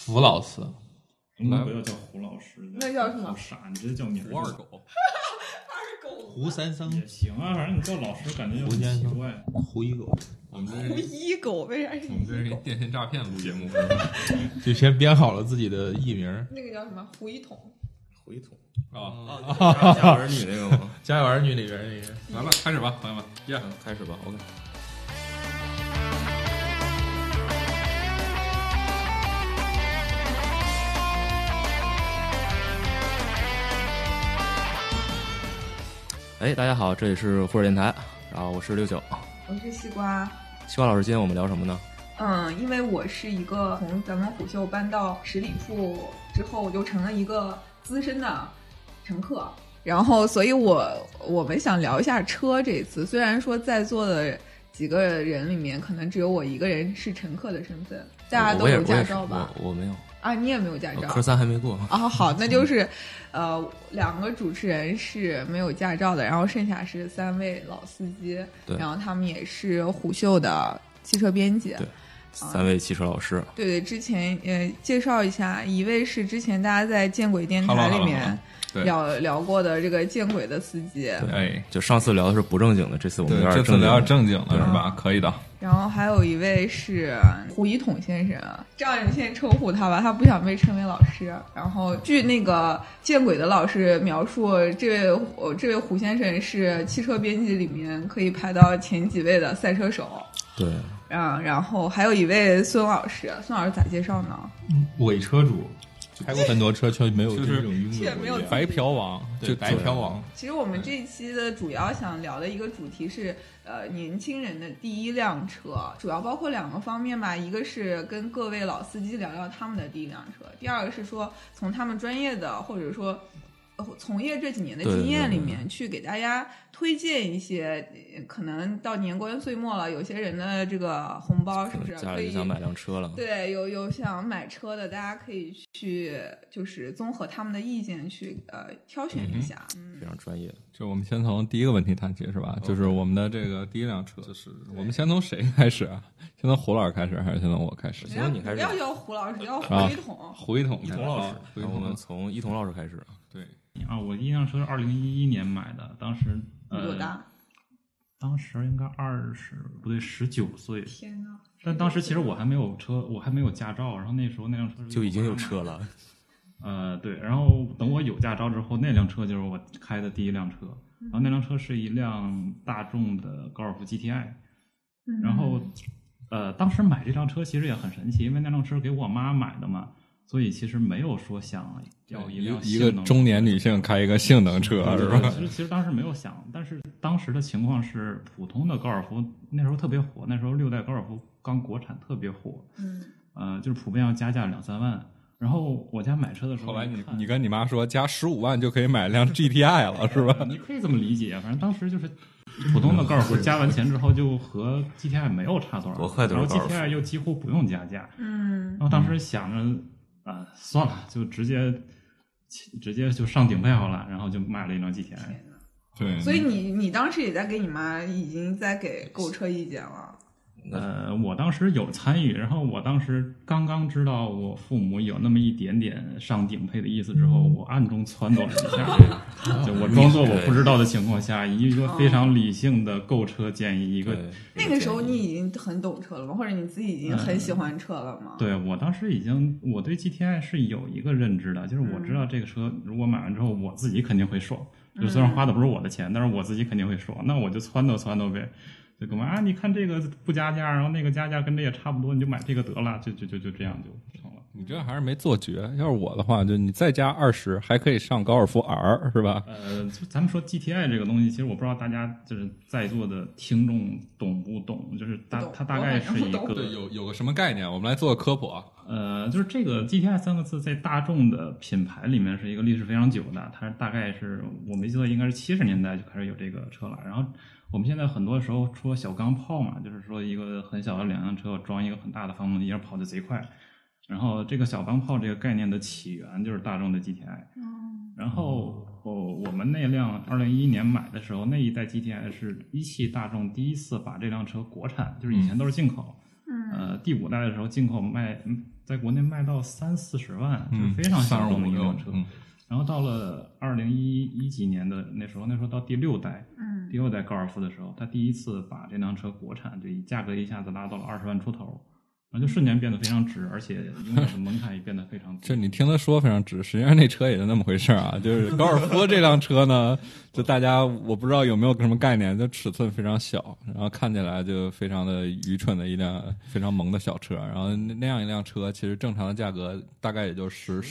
胡老师， 我们不要叫胡老师， 那叫什么？ 好傻，你直接叫名胡二狗， 二狗胡三生也行啊，反正你叫老师感觉就很奇怪。 胡一狗， 我们胡一狗，为啥是我们这是给电信诈骗录节目， 就先编好了自己的艺名。 那个叫什么？胡一统。 胡一统啊， 家有儿女那个吗？ 家有儿女里边那个。 来吧，开始吧，朋友们， 开始吧 ，OK。哎，大家好，这里是护士电台，然后我是69， 我是西瓜。 西瓜老师，今天我们聊什么呢？ 因为我是一个从咱们虎嗅搬到十里铺之后，我就成了一个资深的乘客，然后所以我们想聊一下车这一次。虽然说在座的几个人里面，可能只有我一个人是乘客的身份，大家都有驾照吧？ 我没有啊，你也没有驾照， 科3还没过啊。好，那就是两个主持人是没有驾照的，然后剩下是3位老司机，然后他们也是虎嗅的汽车编辑。 对，3位汽车老师。 对，之前介绍一下，一位是之前大家在见轨电台里面聊过的这个见轨的司机。 对， 就上次聊的是不正经的，这次我们这次聊正经的是吧？可以的。 然后还有一位是胡一统先生，这样你先称呼他吧，他不想被称为老师。然后据那个见轨的老师描述，这位胡先生是汽车编辑里面可以排到前几位的赛车手。 对。 然后还有一位孙老师，孙老师咋介绍呢？ 伪车主，开过很多车，却没有这种拥有，没有白嫖王，就白嫖王。 其实我们这一期的主要想聊的一个主题是，年轻人的第一辆车，主要包括2个方面吧。一个是跟各位老司机聊聊他们的第一辆车，第二个是说从他们专业的或者说从业这几年的经验里面去给大家推荐一些可能到年关岁末了，有些人的这个红包是不是家里就想买辆车了？ 对，有想买车的，大家可以去就是综合他们的意见去挑选一下。 非常专业。 就我们先从第一个问题谈起是吧？就是我们的这个第一辆车，就是我们先从谁开始啊？先从胡老师开始，还是先从我开始？ 先从你开始。 不要叫胡老师，叫胡一统。 胡一统， 一统老师。然后我们从一统老师开始。 对。 我第一辆车是2011年买的，当时多大？ 当时应该19岁。 天哪！ 但当时其实我还没有车，我还没有驾照，然后那时候那辆车就已经有车了。 对，然后等我有驾照之后，那辆车就是我开的第一辆车，然后那辆车是一辆大众的高尔夫 GTI，然后当时买这辆车其实也很神奇，因为那辆车给我妈买的嘛。所以其实没有说想要一个中年女性开一个性能车是吧？ 其实当时没有想，但是当时的情况是普通的高尔夫那时候特别火，那时候6代高尔夫刚国产特别火，就是普遍要加价2-3万。然后我家买车的时候， 后来你跟你妈说加15万就可以买辆 GTI 了是吧？ 你可以这么理解，反正当时就是普通的高尔夫加完钱之后就和 GTI 没有差多少，然后 GTI 又几乎不用加价，然后当时想着。算了，就直接就上顶配好了，然后就买了一辆 GTI。 对， 所以你当时也在给你妈已经在给购车意见了。 我当时有参与，然后我当时刚刚知道我父母有那么一点点上顶配的意思之后，我暗中撺掇了一下，就我装作我不知道的情况下，以一个非常理性的购车建议。 那个时候你已经很懂车了吗？或者你自己已经很喜欢车了吗？ 对，我当时我对 GTI 是有一个认知的，就是我知道这个车如果买完之后我自己肯定会爽，就虽然花的不是我的钱，但是我自己肯定会爽，那我就撺掇呗。就干嘛你看这个不加价，然后那个加价跟这也差不多，你就买这个得了，就这样就成了。 你这还是没做绝，要是我的话，就你再加20，还可以上高尔夫 R 是吧？ 就咱们说 GTI 这个东西，其实我不知道大家就是在座的听众懂不懂，就是它大概是一个有个什么概念，我们来做个科普啊。 就是这个 GTI 3个字在大众的品牌里面是一个历史非常久的，它大概是我没记错应该是70年代就开始有这个车了，然后我们现在很多时候说小钢炮嘛，就是说一个很小的2辆车装一个很大的发动机，然后跑得贼快。然后这个小钢炮这个概念的起源就是大众的 GTI。然后我们那辆2011年买的时候，那一代 GTI 是一汽大众第一次把这辆车国产，就是以前都是进口。第5代的时候进口在国内卖到30-40万，就是非常小众的一辆车。然后到了2011几年的那时候到第6代，第6代高尔夫的时候，他第一次把这辆车国产就以价格一下子拉到了20万出头。然后就瞬间变得非常值，而且拥有的门槛也变得非常低。 就你听他说非常值，实际上那车也就那么回事啊。就是高尔夫这辆车呢，就大家我不知道有没有什么概念，就尺寸非常小，然后看起来就非常的愚蠢的一辆非常萌的小车。然后那样一辆车，其实正常的价格大概也就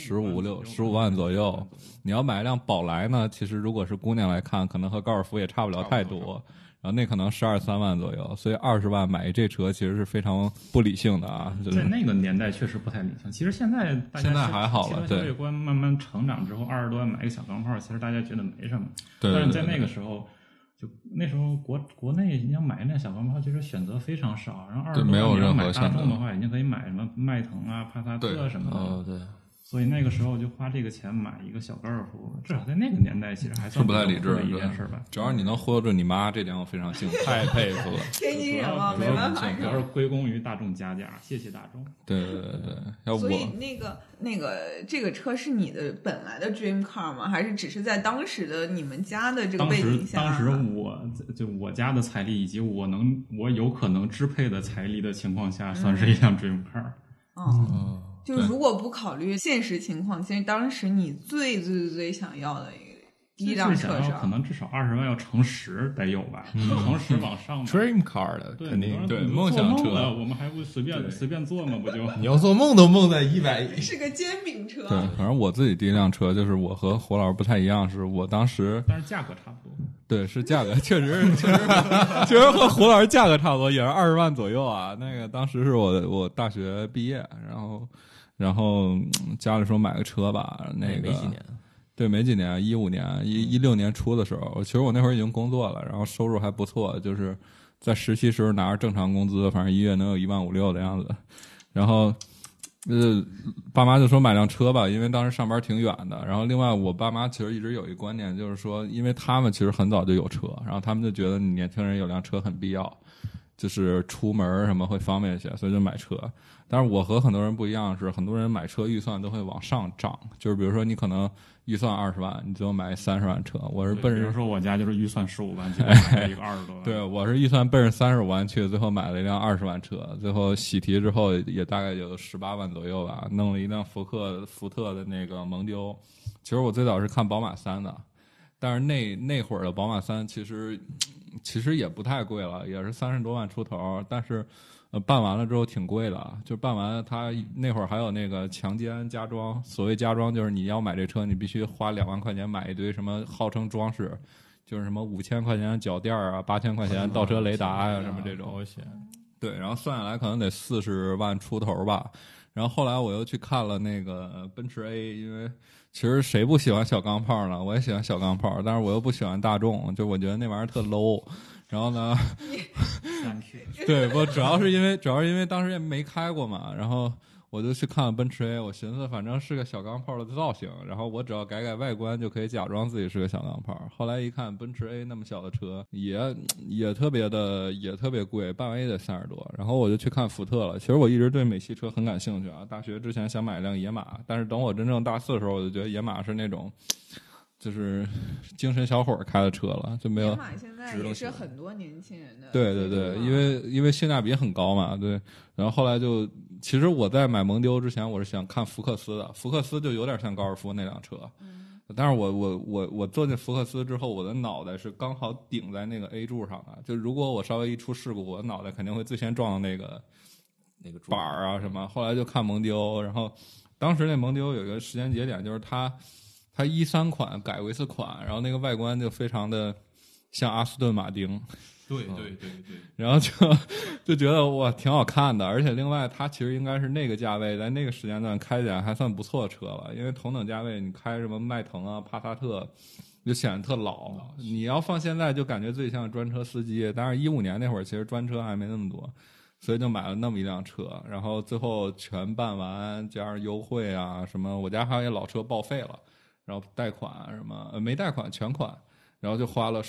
15万左右。你要买一辆宝来呢，其实如果是姑娘来看，可能和高尔夫也差不了太多。然后那可能12-13万左右，所以20万买这车其实是非常不理性的啊。 在那个年代确实不太理性。其实现在还好了，对。 消费观慢慢成长之后，20多万买一个小钢炮，其实大家觉得没什么。 对。 但是在那个时候，就那时候国内你要买一辆小钢炮，其实选择非常少。然后20多万你要买大众的话，已经可以买什么迈腾啊、帕萨特什么的。 对。 所以那个时候就花这个钱买一个小高尔夫，至少在那个年代其实还算不太理智的一件事吧。 只要你能忽悠住你妈，这点我非常幸福，太佩服了。 天津人嘛，没办法。 主要是归功于大众加价，谢谢大众。 对。 所以那个这个车是你的本来的 dream car 吗？还是只是在当时的你们家的这个背景下？ 当时我家的财力以及我有可能支配的财力的情况下，算是一辆 dream car。 就如果不考虑现实情况，其实当时你最想要的第一辆车是可能至少20万要乘10得有吧，乘10往上。 Dream car 的肯定对梦想车， 我们还不随便坐吗？不就你要做梦都梦在100亿。 是个煎饼车。 对，反正我自己第一辆车就是我和胡老师不太一样，是我当时， 但是价格差不多。 对，是价格确实和胡老师价格差不多，也是20万左右啊。那个当时是我大学毕业，然后家里说买个车吧，那个没几年。 对，没几年，15年，16年初的时候，其实我那会儿已经工作了，然后收入还不错，就是在实习时候拿着正常工资，反正1月能有1.5万的样子。然后，爸妈就说买辆车吧，因为当时上班挺远的。然后另外，我爸妈其实一直有一个观念，就是说，因为他们其实很早就有车，然后他们就觉得你年轻人有辆车很必要，就是出门什么会方便一些，所以就买车。但是我和很多人不一样，是很多人买车预算都会往上涨，就是比如说你可能预算20万，你最后买30万车。我是奔着， 比如说我家就是预算15万，去买了一个20多万。 对，我是预算奔着35万去，最后买了一辆20万车，最后洗提之后也大概有18万左右吧，弄了一辆福特的那个蒙迪欧。其实我最早是看宝马3的，但是那会儿的宝马3其实也不太贵了，也是30多万出头，但是办完了之后挺贵的，就办完他那会儿还有那个强奸加装，所谓加装就是你要买这车，你必须花2万块钱买一堆什么号称装饰，就是什么5000块钱脚垫啊，8000块钱倒车雷达呀，什么这种。对，然后算下来可能得40万出头吧。然后后来我又去看了那个奔驰 A， 因为其实谁不喜欢小钢炮呢？我也喜欢小钢炮，但是我又不喜欢大众，就我觉得那玩意儿特 low。然后呢，对，主要是因为当时也没开过嘛，然后我就去看了奔驰 A， 我寻思反正是个小钢炮的造型，然后我只要改外观就可以假装自己是个小钢炮。后来一看奔驰 A 那么小的车也特别贵，办完也得30多，然后我就去看福特了。其实我一直对美系车很感兴趣啊，大学之前想买一辆野马，但是等我真正大4的时候，我就觉得野马是那种就是精神小伙开的车了，就没有。 野马现在也是很多年轻人的。 对，因为性价比很高嘛，对。然后后来其实我在买蒙迪欧之前，我是想看福克斯的，福克斯就有点像高尔夫那辆车。但是我坐进福克斯之后，我的脑袋是刚好顶在那个 A 柱上的，就如果我稍微一出事故，我的脑袋肯定会最先撞到那个板儿啊什么。后来就看蒙迪欧，然后当时那蒙迪欧有一个时间节点，就是它13款改过一次款，然后那个外观就非常的像阿斯顿马丁。 对， 然后就觉得哇挺好看的，而且另外它其实应该是那个价位在那个时间段开起来还算不错的车了，因为同等价位你开什么迈腾啊、帕萨特就显得特老，你要放现在就感觉自己像专车司机。当然15年那会儿其实专车还没那么多，所以就买了那么一辆车，然后最后全办完加上优惠啊什么，我家还有一老车报废了，然后贷款什么没贷款全款，然后就花了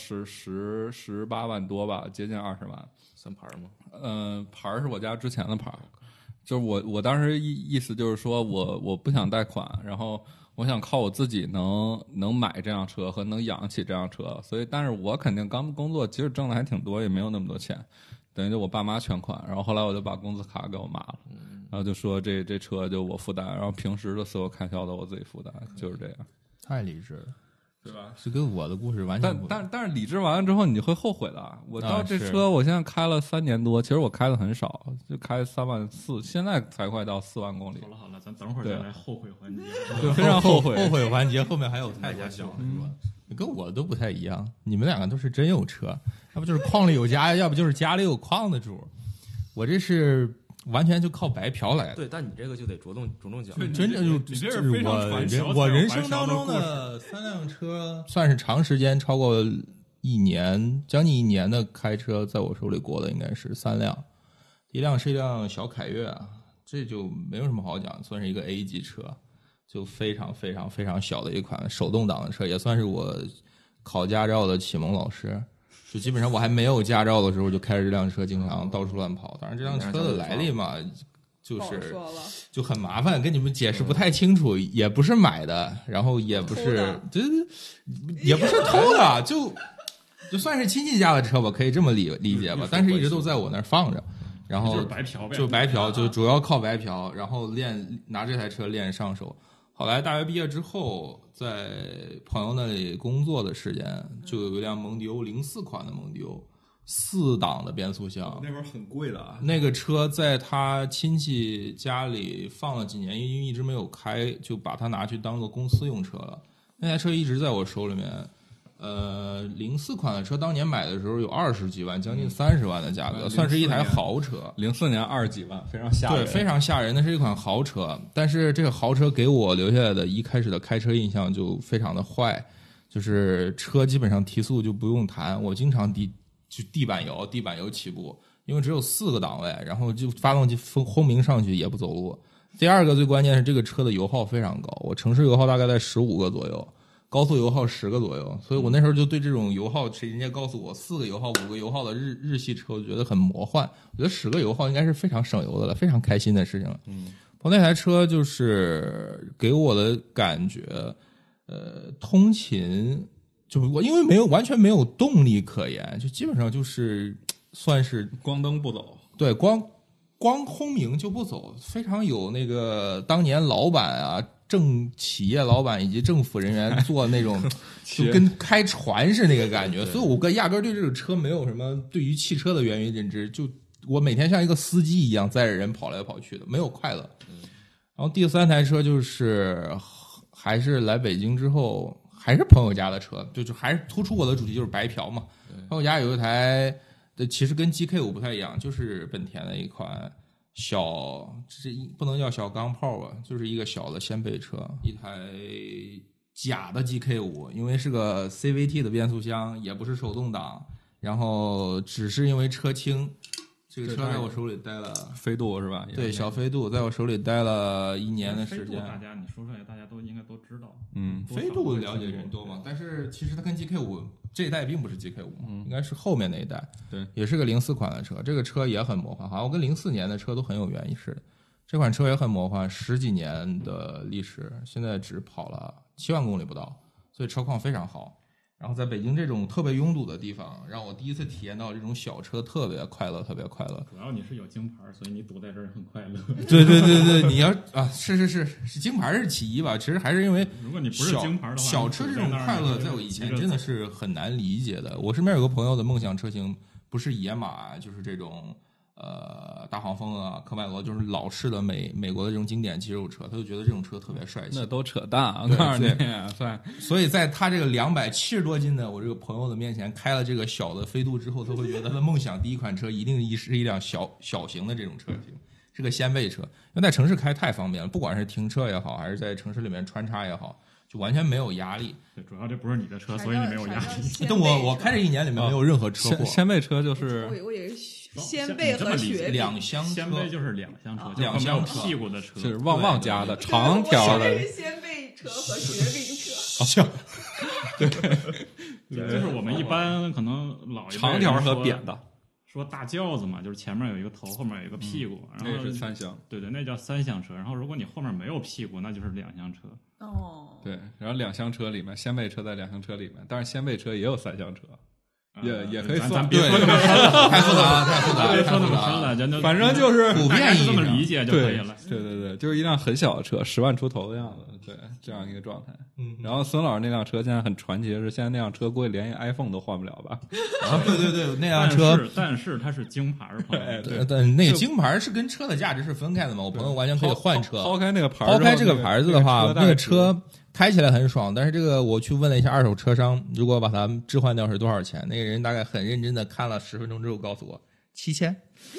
18万多吧，接近20万。 算牌吗？ 牌是我家之前的牌， 就是我当时意思就是说我不想贷款，然后我想靠我自己能买这辆车和能养起这辆车，所以但是我肯定刚工作，其实挣的还挺多，也没有那么多钱，等于就我爸妈全款，然后后来我就把工资卡给我妈了，然后就说这车就我负担，然后平时的所有开销都我自己负担，就是这样。 太理智了， 对吧？ 是跟我的故事完全不一样。 但是理智完了之后，你会后悔的。我到这是车，我现在开了3年多，其实我开的很少，就开3万4，现在才快到4万公里。 好了，咱等会儿再来后悔环节。 就非常后悔。 后悔环节后面还有太多小是吧？跟我都不太一样，你们两个都是真有车，要不就是矿里有家，要不就是家里有矿的主。我这是完全就靠白嫖来的。 对，但你这个就得着重讲， 真的就是我人生当中的3辆车，算是长时间超过1年，将近1年的开车，在我手里过的应该是3辆。第一辆是一辆小凯越啊，这就没有什么好讲，算是一个 A 级车，就非常非常非常小的一款手动挡的车，也算是我考驾照的启蒙老师。就基本上我还没有驾照的时候就开着这辆车经常到处乱跑。当然这辆车的来历嘛，就很麻烦，跟你们解释不太清楚，也不是买的，然后也不是也不是偷的，就算是亲戚家的车吧，可以这么理解吧。但是一直都在我那儿放着，然后就是白嫖呗， 就白嫖，就主要靠白嫖，然后拿这台车练上手。后来大学毕业之后，在朋友那里工作的时间，就有一辆蒙迪欧04款的蒙迪欧，4档的变速箱， 那会儿很贵的啊。 那个车在他亲戚家里放了几年，因为一直没有开，就把它拿去当做公司用车了。那台车一直在我手里面。04款的车当年买的时候有20几万，将近30万的价格，算是一台豪车。 04年20几万，非常吓人。 对，非常吓人。那是一款豪车，但是这个豪车给我留下来的一开始的开车印象就非常的坏，就是车基本上提速就不用谈，我经常地板油起步，因为只有4个档位，然后就发动机轰鸣上去也不走路。第二个最关键是这个车的油耗非常高，我城市油耗大概在15个左右。高速油耗10个左右，所以我那时候就对这种油耗，人家告诉我4个油耗、5个油耗的日系车，我就觉得很魔幻。我觉得10个油耗应该是非常省油的了，非常开心的事情了。我那台车就是给我的感觉，通勤就是我因为完全没有动力可言，就基本上就是算是光灯不走， 对，光轰鸣就不走，非常有那个当年老板啊。企业老板以及政府人员做那种就跟开船是那个感觉，所以我压根对这个车没有什么对于汽车的原因认知，就我每天像一个司机一样载着人跑来跑去的，没有快乐。然后第3台车就是还是来北京之后还是朋友家的车，就还是突出我的主题就是白嫖嘛。朋友家有一台其实跟 GK5 不太一样，就是本田的一款这不能叫小钢炮吧，就是一个小的掀背车，一台假的 GK5， 因为是个 CVT 的变速箱，也不是手动挡，然后只是因为车轻，这个车在我手里待了飞度是吧？ 对，小飞度在我手里待了1年的时间。 你说出来，大家都应该都知道。 飞度了解人多嘛？但是其实它跟 GK5 这一代并不是 GK5，应该是后面那一代。 对， 也是个04款的车。这个车也很魔幻，好像我跟04年的车都很有缘似的。这款车也很魔幻，10几年的历史，现在只跑了7万公里不到，所以车况非常好。然后在北京这种特别拥堵的地方，让我第一次体验到这种小车特别快乐，特别快乐。 主要你是有京牌，所以你堵在这儿很快乐。 对，你要啊，是京牌是其一吧？其实还是因为如果你不是京牌的话， 小车这种快乐，在我以前真的是很难理解的。我身边有个朋友的梦想车型不是野马，就是这种大黄蜂啊、科迈罗，就是老式的美国的这种经典肌肉车，他就觉得这种车特别帅气。 那都扯淡，我告诉你， 所以在他这个270多斤的我这个朋友的面前开了这个小的飞度之后，他会觉得他的梦想第一款车一定是一辆小型的这种车型，是个掀背车，因为在城市开太方便了，不管是停车也好，还是在城市里面穿插也好，就完全没有压力。 对，主要这不是你的车，所以你没有压力。 但我开这1年里面没有任何车祸。 掀背车就是我以为是掀背和雪两厢车， 掀背就是2厢车， 两厢车屁股的车， 就是旺家的长条的。 是掀背车和雪饼车。 好像对，就是我们一般可能老一辈长条和扁的。 说大轿子嘛，就是前面有一个头，后面有一个屁股，然后那是3厢。 对，那叫3厢车。然后如果你后面没有屁股，那就是2厢车。 哦， 对，然后2厢车里面，掀背车在2厢车里面，但是掀背车也有3厢车。也可以算， 咱别说那么深了， 太复杂了，太复杂了， 别说那么深了，就反正就是普遍意义这么理解就可以了。 对，就是一辆很小的车，10万出头的样子，对，这样一个状态。然后孙老师那辆车现在很传奇的是，现在那辆车估计连一 iPhone 都换不了吧？ 对，那辆车， 但是它是京牌朋友。 对， 但那个京牌是跟车的价值是分开的嘛？我朋友完全可以换车。 抛开那个牌， 抛开这个牌子的话，那个车开起来很爽，但是这个我去问了一下二手车商，如果把它置换掉是多少钱？那个人大概很认真的看了10分钟之后告诉我7000。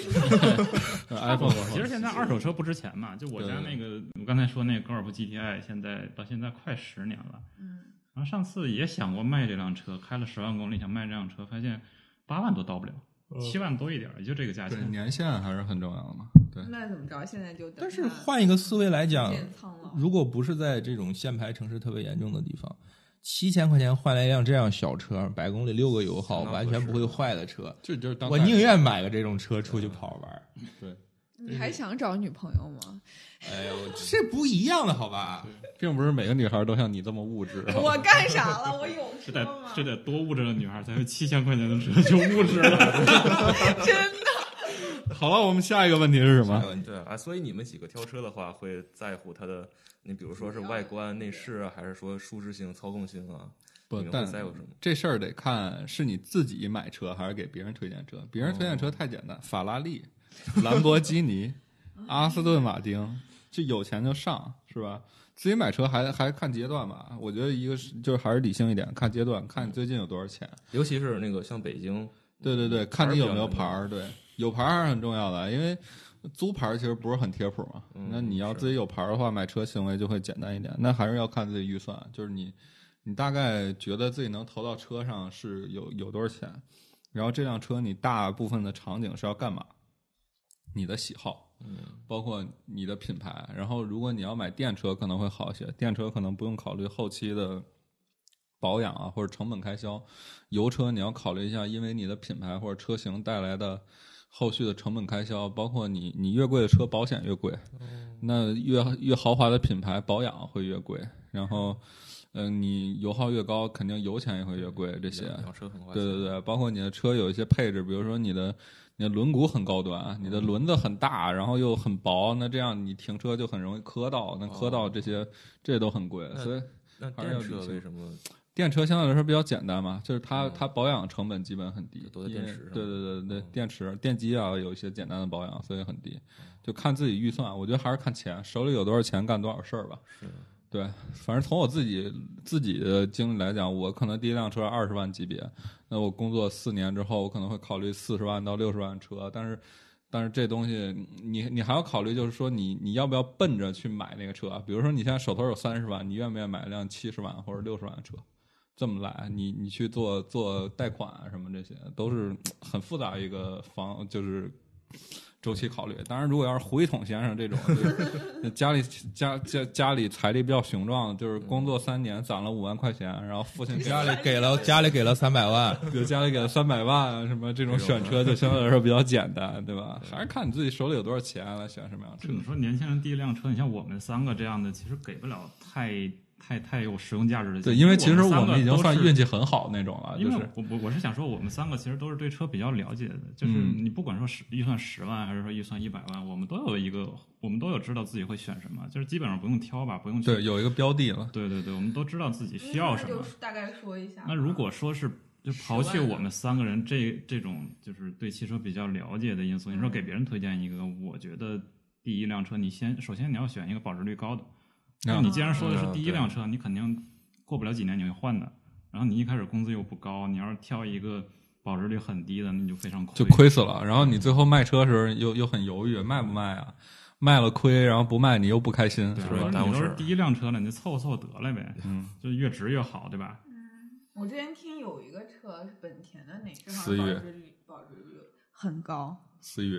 iPhone 其实现在二手车不值钱嘛，就我家那个，我刚才说那个高尔夫 GTI，到现在快10年了。然后上次也想过卖这辆车，开了10万公里想卖这辆车，发现8万都到不了。7万多一点，也就这个价钱。 对，年限还是很重要的嘛。对， 那怎么着？现在就等。 但是换一个思维来讲建仓了， 如果不是在这种限牌城市特别严重的地方，7000块钱换来一辆这样小车，100公里6个油耗，完全不会坏的车， 就是我宁愿买个这种车出去跑玩。 对， 你还想找女朋友吗？ 哎呦，这不一样的好吧？ 并不是每个女孩都像你这么物质。 我干啥了？我有车吗？ 这得多物质的女孩才会7000块钱的车就物质了。 真的。 好了，我们下一个问题是什么？ 对啊，所以你们几个挑车的话，会在乎它的，你比如说是外观、内饰啊，还是说舒适性、操控性啊？ 不， 你们会在乎什么？ 这事儿得看是你自己买车还是给别人推荐车。别人推荐车太简单，法拉利、兰博基尼、阿斯顿马丁，就有钱就上，是吧？自己买车还看阶段吧。我觉得一个是就是还是理性一点，看阶段，看你最近有多少钱。 尤其是那个像北京， 对，看你有没有牌儿。对，有牌儿还是很重要的，因为租牌儿其实不是很贴谱嘛。那你要自己有牌儿的话，买车行为就会简单一点。那还是要看自己预算，就是你大概觉得自己能投到车上是有多少钱，然后这辆车你大部分的场景是要干嘛，你的喜好。包括你的品牌，然后如果你要买电车可能会好一些，电车可能不用考虑后期的保养啊或者成本开销，油车你要考虑一下，因为你的品牌或者车型带来的后续的成本开销，包括你越贵的车保险越贵，那越豪华的品牌保养会越贵，然后你油耗越高，肯定油钱也会越贵，这些养车很花钱。 对，包括你的车有一些配置，比如说你的轮毂很高端，你的轮子很大，然后又很薄，那这样你停车就很容易磕到，那磕到这都很贵，所以那电车为什么？ 电车相对来说比较简单嘛，就是它保养成本基本很低， 都在电池上。 对，电池、电机啊有一些简单的保养，所以很低，就看自己预算。我觉得还是看钱，手里有多少钱干多少事儿吧。 是。 对，反正从我自己的经历来讲，我可能第一辆车20万级别，那我工作4年之后，我可能会考虑40万到60万车，但是这东西你还要考虑，就是说你要不要奔着去买那个车？比如说你现在手头有30万，你愿不愿意买一辆70万或者60万的车？这么来，你去做贷款啊什么，这些都是很复杂一个就是周期考虑。当然，如果要是胡一统先生这种，就是家里财力比较雄壮，就是工作3年攒了5万块钱，然后父亲家里给了300万， 比如家里给了300万啊，什么这种选车就相对来说比较简单，对吧？还是看你自己手里有多少钱来选什么样的车。 你说年轻人第一辆车，你像我们3个这样的，其实给不了太有实用价值的。 对，因为其实我们已经算运气很好那种了。 因为我是想说，我们3个其实都是对车比较了解的，就是你不管说预算10万，还是说预算100万，我们都有知道自己会选什么，就是基本上不用挑吧，不用去对有一个标的了。 对，我们都知道自己需要什么。 就大概说一下。 那如果说是就刨去我们3个人这种就是对汽车比较了解的因素，你说给别人推荐一个，我觉得第一辆车首先你要选一个保值率高的。那你既然说的是第一辆车，你肯定过不了几年你会换的。然后你一开始工资又不高，你要是挑一个保值率很低的，那你就非常亏， 就亏死了。然后你最后卖车的时候又很犹豫，卖不卖啊？卖了亏，然后不卖你又不开心，是吧？ 你都是第一辆车了，你就凑合得了呗。就越值越好，对吧？ 我之前听有一个车是本田的，那个思域， 保值率很高。 思域。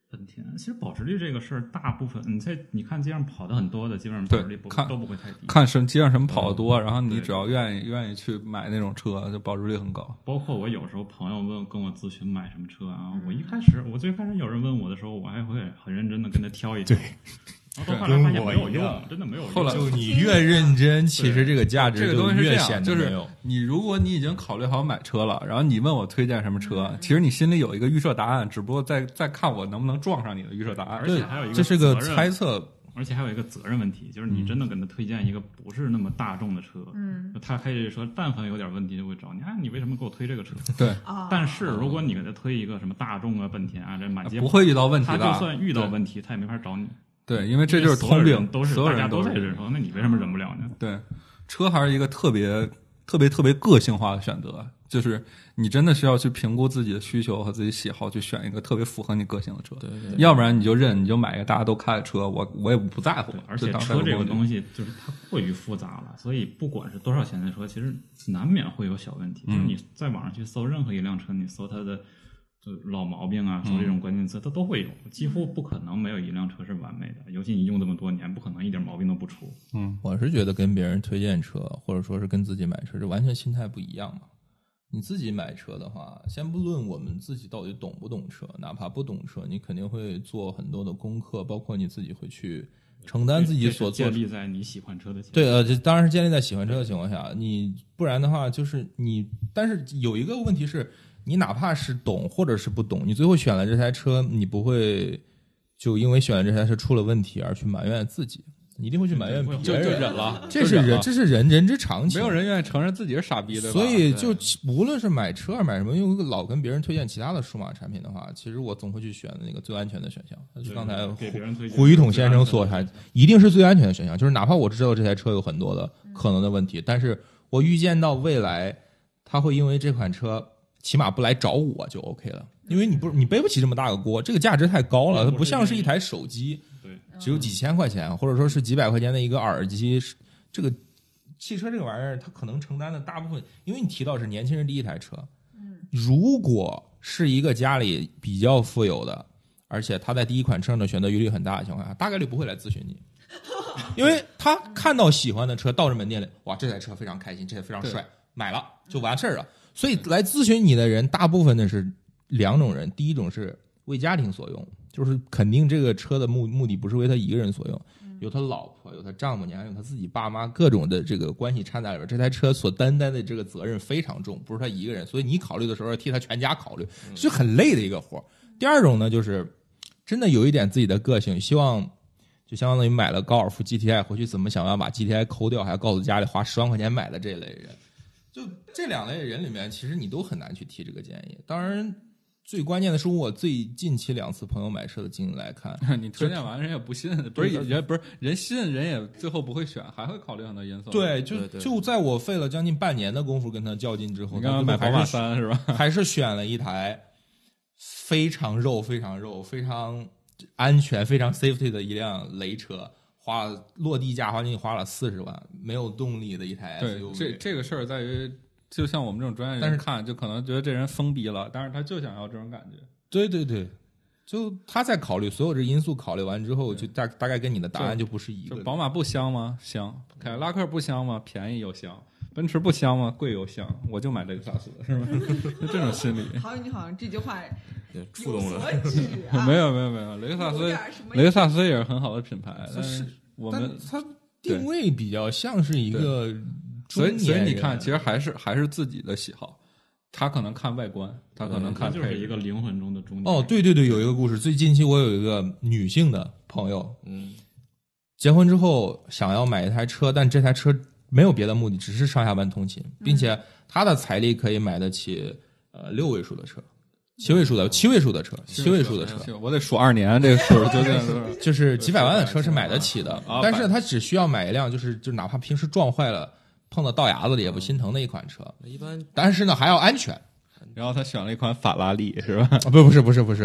本田其实保值率这个事儿，大部分你看街上跑的很多的，基本上保值率都不会太低。 看街上什么跑得多，然后你只要愿意去买那种车，就保值率很高。 包括我有时候朋友跟我咨询买什么车啊，我最开始有人问我的时候，我还会很认真的跟他挑一挑。然后后来发现没有用，真的没有用。 后来就你越认真，其实这个价值就越显得没有。 就是如果你已经考虑好买车了，然后你问我推荐什么车，其实你心里有一个预设答案，只不过在看我能不能撞上你的预设答案。 而且还有一个这是个猜测， 而且还有一个责任问题，就是你真的给他推荐一个不是那么大众的车，他开这车但凡有点问题就会找你，你为什么给我推这个车？ 对。 但是如果你给他推一个什么大众啊、本田啊，这满街不会遇到问题的， 他就算遇到问题，他也没法找你。 对，因为这就是通病，所有人都在忍受，那你为什么忍不了呢？ 对，车还是一个特别个性化的选择，就是你真的需要去评估自己的需求和自己喜好，去选一个特别符合你个性的车。 对， 要不然你就买一个大家都开的车，我也不在乎。 而且车这个东西就是它过于复杂了，所以不管是多少钱的车，其实难免会有小问题。就是你在网上去搜任何一辆车，你搜它的老毛病啊，搜这种关键词，它都会有，几乎不可能没有一辆车是完美的。尤其你用这么多年，不可能一点毛病都不出。 我是觉得跟别人推荐车，或者说是跟自己买车，这完全心态不一样嘛。你自己买车的话，先不论我们自己到底懂不懂车，哪怕不懂车，你肯定会做很多的功课，包括你自己会去承担自己所做。 建立在你喜欢车的情况下。 对，这当然是建立在喜欢车的情况下。你不然的话，就是你，但是有一个问题是。你哪怕是懂或者是不懂，你最后选了这台车，你不会就因为选了这台车出了问题而去埋怨自己，你一定会去埋怨别人， 就忍了。 这是人之常情， 没有人愿意承认自己是傻逼的。 所以就无论是买车还是买什么，因为老跟别人推荐其他的数码产品的话，其实我总会去选那个最安全的选项。就刚才胡一统先生所谈，一定是最安全的选项。就是哪怕我知道这台车有很多的可能的问题，但是我预见到未来他会因为这款车。起码不来找我就 OK 了，因为你背不起这么大个锅，这个价值太高了，它不像是一台手机， 对， 只有几千块钱，或者说是几百块钱的一个耳机，这个汽车这个玩意儿，它可能承担的大部分，因为你提到是年轻人第一台车，如果是一个家里比较富有的，而且他在第一款车上的选择余地很大的情况下，大概率不会来咨询你。因为他看到喜欢的车到这门店里，哇，这台车非常开心，这台非常帅，买了就完事儿了。所以来咨询你的人，大部分的是两种人。第一种是为家庭所用，就是肯定这个车的目的不是为他一个人所用，有他老婆，有他丈母娘，有他自己爸妈，各种的这个关系掺在里边。这台车所担的这个责任非常重，不是他一个人，所以你考虑的时候要替他全家考虑，是很累的一个活。第二种呢，就是真的有一点自己的个性，希望就相当于买了高尔夫 GTI 回去，怎么想要把 GTI 抠掉，还要告诉家里花10万块钱买的这类人。就这两类人里面，其实你都很难去提这个建议。当然，最关键的是我最近期2次朋友买车的经历来看， 你推荐完人也不信，不是人信人也最后不会选，还会考虑很多因素。 对，就在我费了将近半年的功夫跟他较劲之后， 你刚刚买宝马3是吧？ 还是选了一台非常肉、非常安全、非常 safety 的一辆雷车。落地价仅仅花了40万，没有动力的一台 SUV。 对，这个事儿在于，就像我们这种专业人看，就可能觉得这人疯逼了，但是他就想要这种感觉。 对，就他在考虑所有这因素考虑完之后，就大概跟你的答案就不是一个。 宝马不香吗？香。凯迪拉克不香吗？便宜又香。奔驰不香吗？贵又香。我就买雷克萨斯，是吧？就这种心理。 你好像这句话触动了。 没有，雷克萨斯也是很好的品牌，但是它定位比较像是一个中年人， 所以你看，其实还是自己的喜好。他可能看外观，他可能看配置， 就是一个灵魂中的中年人。 哦，对，有一个故事，最近期我有一个女性的朋友，结婚之后想要买一台车，但这台车没有别的目的，只是上下班通勤，并且她的财力可以买得起6位数的车。7位数的车， 我得数2年，这个数就是几百万的车是买得起的，但是他只需要买一辆，就哪怕平时撞坏了，碰到道牙子里也不心疼的一款车。 一般， 但是呢还要安全， 然后他选了一款法拉利，是吧？ 啊，不是，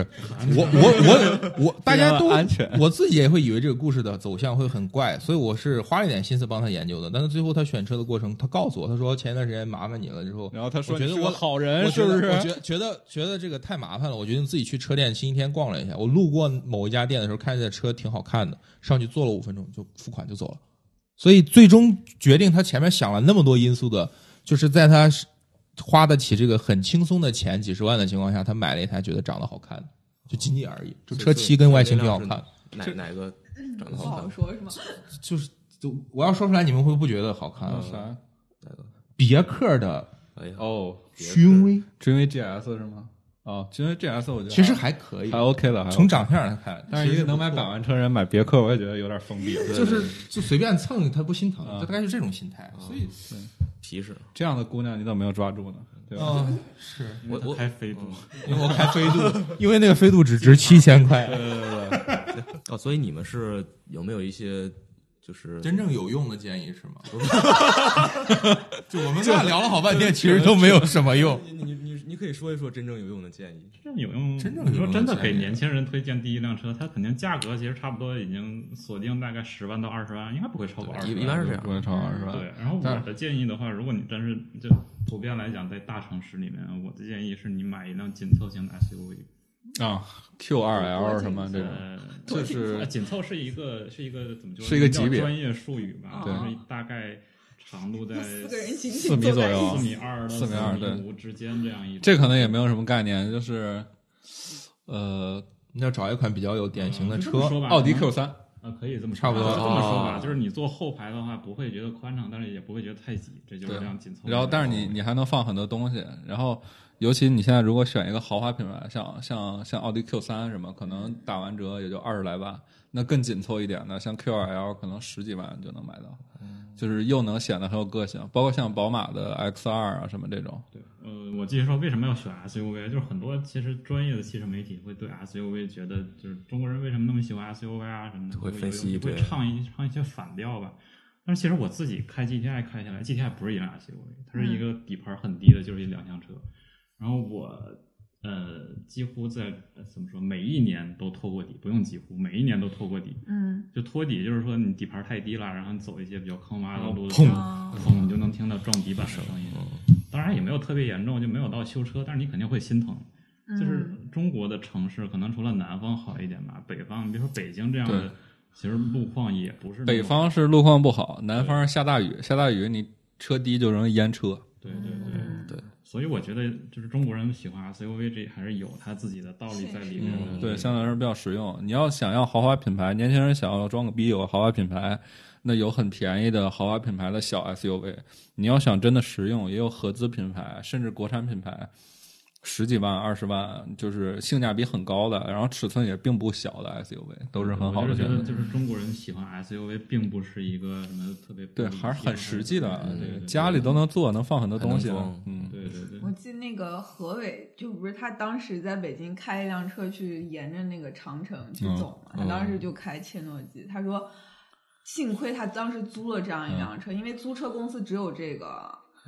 我大家都安全， 我自己也会以为这个故事的走向会很怪，所以我是花了一点心思帮他研究的。但是最后他选车的过程，他告诉我，他说前一段时间麻烦你了之后， 然后他说你是我觉得我个好人， 我是不是？ 我觉得这个太麻烦了，我决定自己去车店星期天逛了一下。我路过某一家店的时候，看见车挺好看的，上去坐了5分钟就付款就走了。所以最终决定他前面想了那么多因素的，就是在他花得起这个很轻松的钱几十万的情况下，他买了一台觉得长得好看的，就仅仅而已。就车漆跟外形挺好看。 哪个长得不好好看？ 说是吗？ 就我要说出来，你们会不觉得好看？ 啥？ 哪个？ 别克的哎呀， 哦， 君威， 君威 GS 是吗？哦，君威 GS 我觉得其实还可以， 还 OK 了， 从长相来看， 但是一个能买百万车人买别克，我也觉得有点封闭了。 就随便蹭他不心疼，就大概是这种心态。所以皮实。 这样的姑娘你怎么没有抓住呢？对吧？ 是我开飞度， 因为我开飞度，因为那个飞度只值7000块。 哦，所以你们是有没有一些就是真正有用的建议是吗？就我们俩聊了好半天，其实都没有什么用。 你可以说一说真正有用的建议。 真正有用， 真正有用你说真的建议给年轻人推荐第一辆车，它肯定价格其实差不多已经锁定大概10万到20万，应该不会超过20万。 一般是这样不会超20万。 对，然后我的建议的话，如果你真是就普遍来讲，在大城市里面，我的建议是你买一辆紧凑型的 SUV。 啊 ，Q2L 什么这种， 就是紧凑是一个怎么说？ 是一个级别专业术语吧， 对， 就是大概长度在 4个人 4米左右 ，4.2米到4.5米之间这样一种。 这可能也没有什么概念，就是你要找一款比较有典型的车， 奥迪 Q3。 可以这么说差不多这么说吧，就是你坐后排的话，不会觉得宽敞，但是也不会觉得太挤，这就是这样紧凑。 然后，但是你还能放很多东西，然后尤其你现在如果选一个豪华品牌，像奥迪 Q3 什么，可能打完折也就20来万，那更紧凑一点的，像 Q2L 可能10几万就能买到，就是又能显得很有个性，包括像宝马的 X2啊什么这种。 对，我继续说为什么要选 SUV， 就是很多其实专业的汽车媒体会对 SUV 觉得就是中国人为什么那么喜欢 SUV 啊什么的， 会分析， 会唱一些反调吧。但是其实我自己开 GTI 开下来 ，GTI 不是一辆 SUV， 它是一个底盘很低的，就是一两厢车。然后我几乎在怎么说，每一年都拖过底，不用几乎，每一年都拖过底。就拖底就是说你底盘太低了，然后你走一些比较坑洼的路的时候，砰，你就能听到撞底板的声音。当然也没有特别严重，就没有到修车，但是你肯定会心疼。就是中国的城市，可能除了南方好一点吧，北方，比如说北京这样的，其实路况也不是。 北方是路况不好，南方是下大雨，下大雨你车低就容易淹车。 对。所以我觉得，就是中国人喜欢 SUV， 这还是有它自己的道理在里面的。 对，相对来说比较实用。你要想要豪华品牌，年轻人想要装个逼有个豪华品牌，那有很便宜的豪华品牌的小 SUV。你要想真的实用，也有合资品牌，甚至国产品牌，10几万、20万，就是性价比很高的，然后尺寸也并不小的 SUV， 都是很好的选择。 我觉得就是中国人喜欢 SUV， 并不是一个什么特别对，还是很实际的， 对， 家里都能做，能放很多东西的。 对。 我记得那个何伟，就不是他当时在北京开一辆车去沿着那个长城去走嘛，他当时就开切诺基，他说幸亏他当时租了这样一辆车，因为租车公司只有这个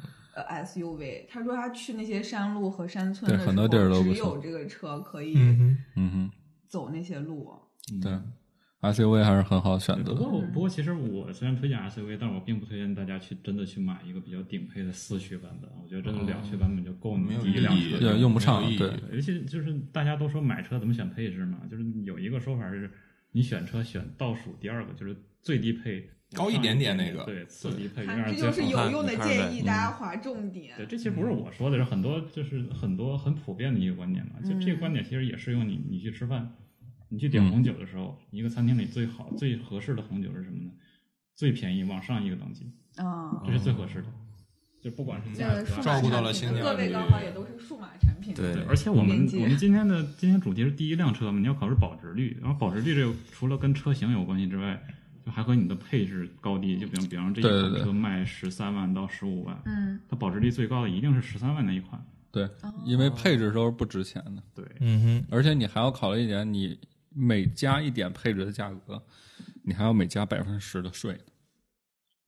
SUV， 他说他去那些山路和山村的时候， 很多地儿都只有这个车可以走那些路。 对。SUV 还是很好选择的。 不过其实我虽然推荐 SUV， 但我并不推荐大家真的去买一个比较顶配的4驱版本。我觉得真的2驱版本就够你第一辆车， 对，用不上。对， 尤其就是大家都说买车怎么选配置嘛，就是有一个说法是，你选车选倒数第2个，就是最低配高一点点那个， 对，次低配永这远就是有用的建议，大家划重点。 对，这其实不是我说的，是很多很普遍的一个观点嘛。就这个观点其实也适用你去吃饭。你去点红酒的时候，一个餐厅里最好、最合适的红酒是什么呢？最便宜往上一个等级这是最合适的。就不管是价格， 照顾到了性价比， 各位刚好也都是数码产品。 对，而且我们今天主题是第一辆车嘛，你要考虑保值率，然后保值率这个除了跟车型有关系之外，就还和你的配置高低。就比方这一款车卖13万到15万，它保值率最高的一定是13万那一款。 对，因为配置都是不值钱的。 对， 而且你还要考虑一点，你每加一点配置的价格，你还要每加10%的税。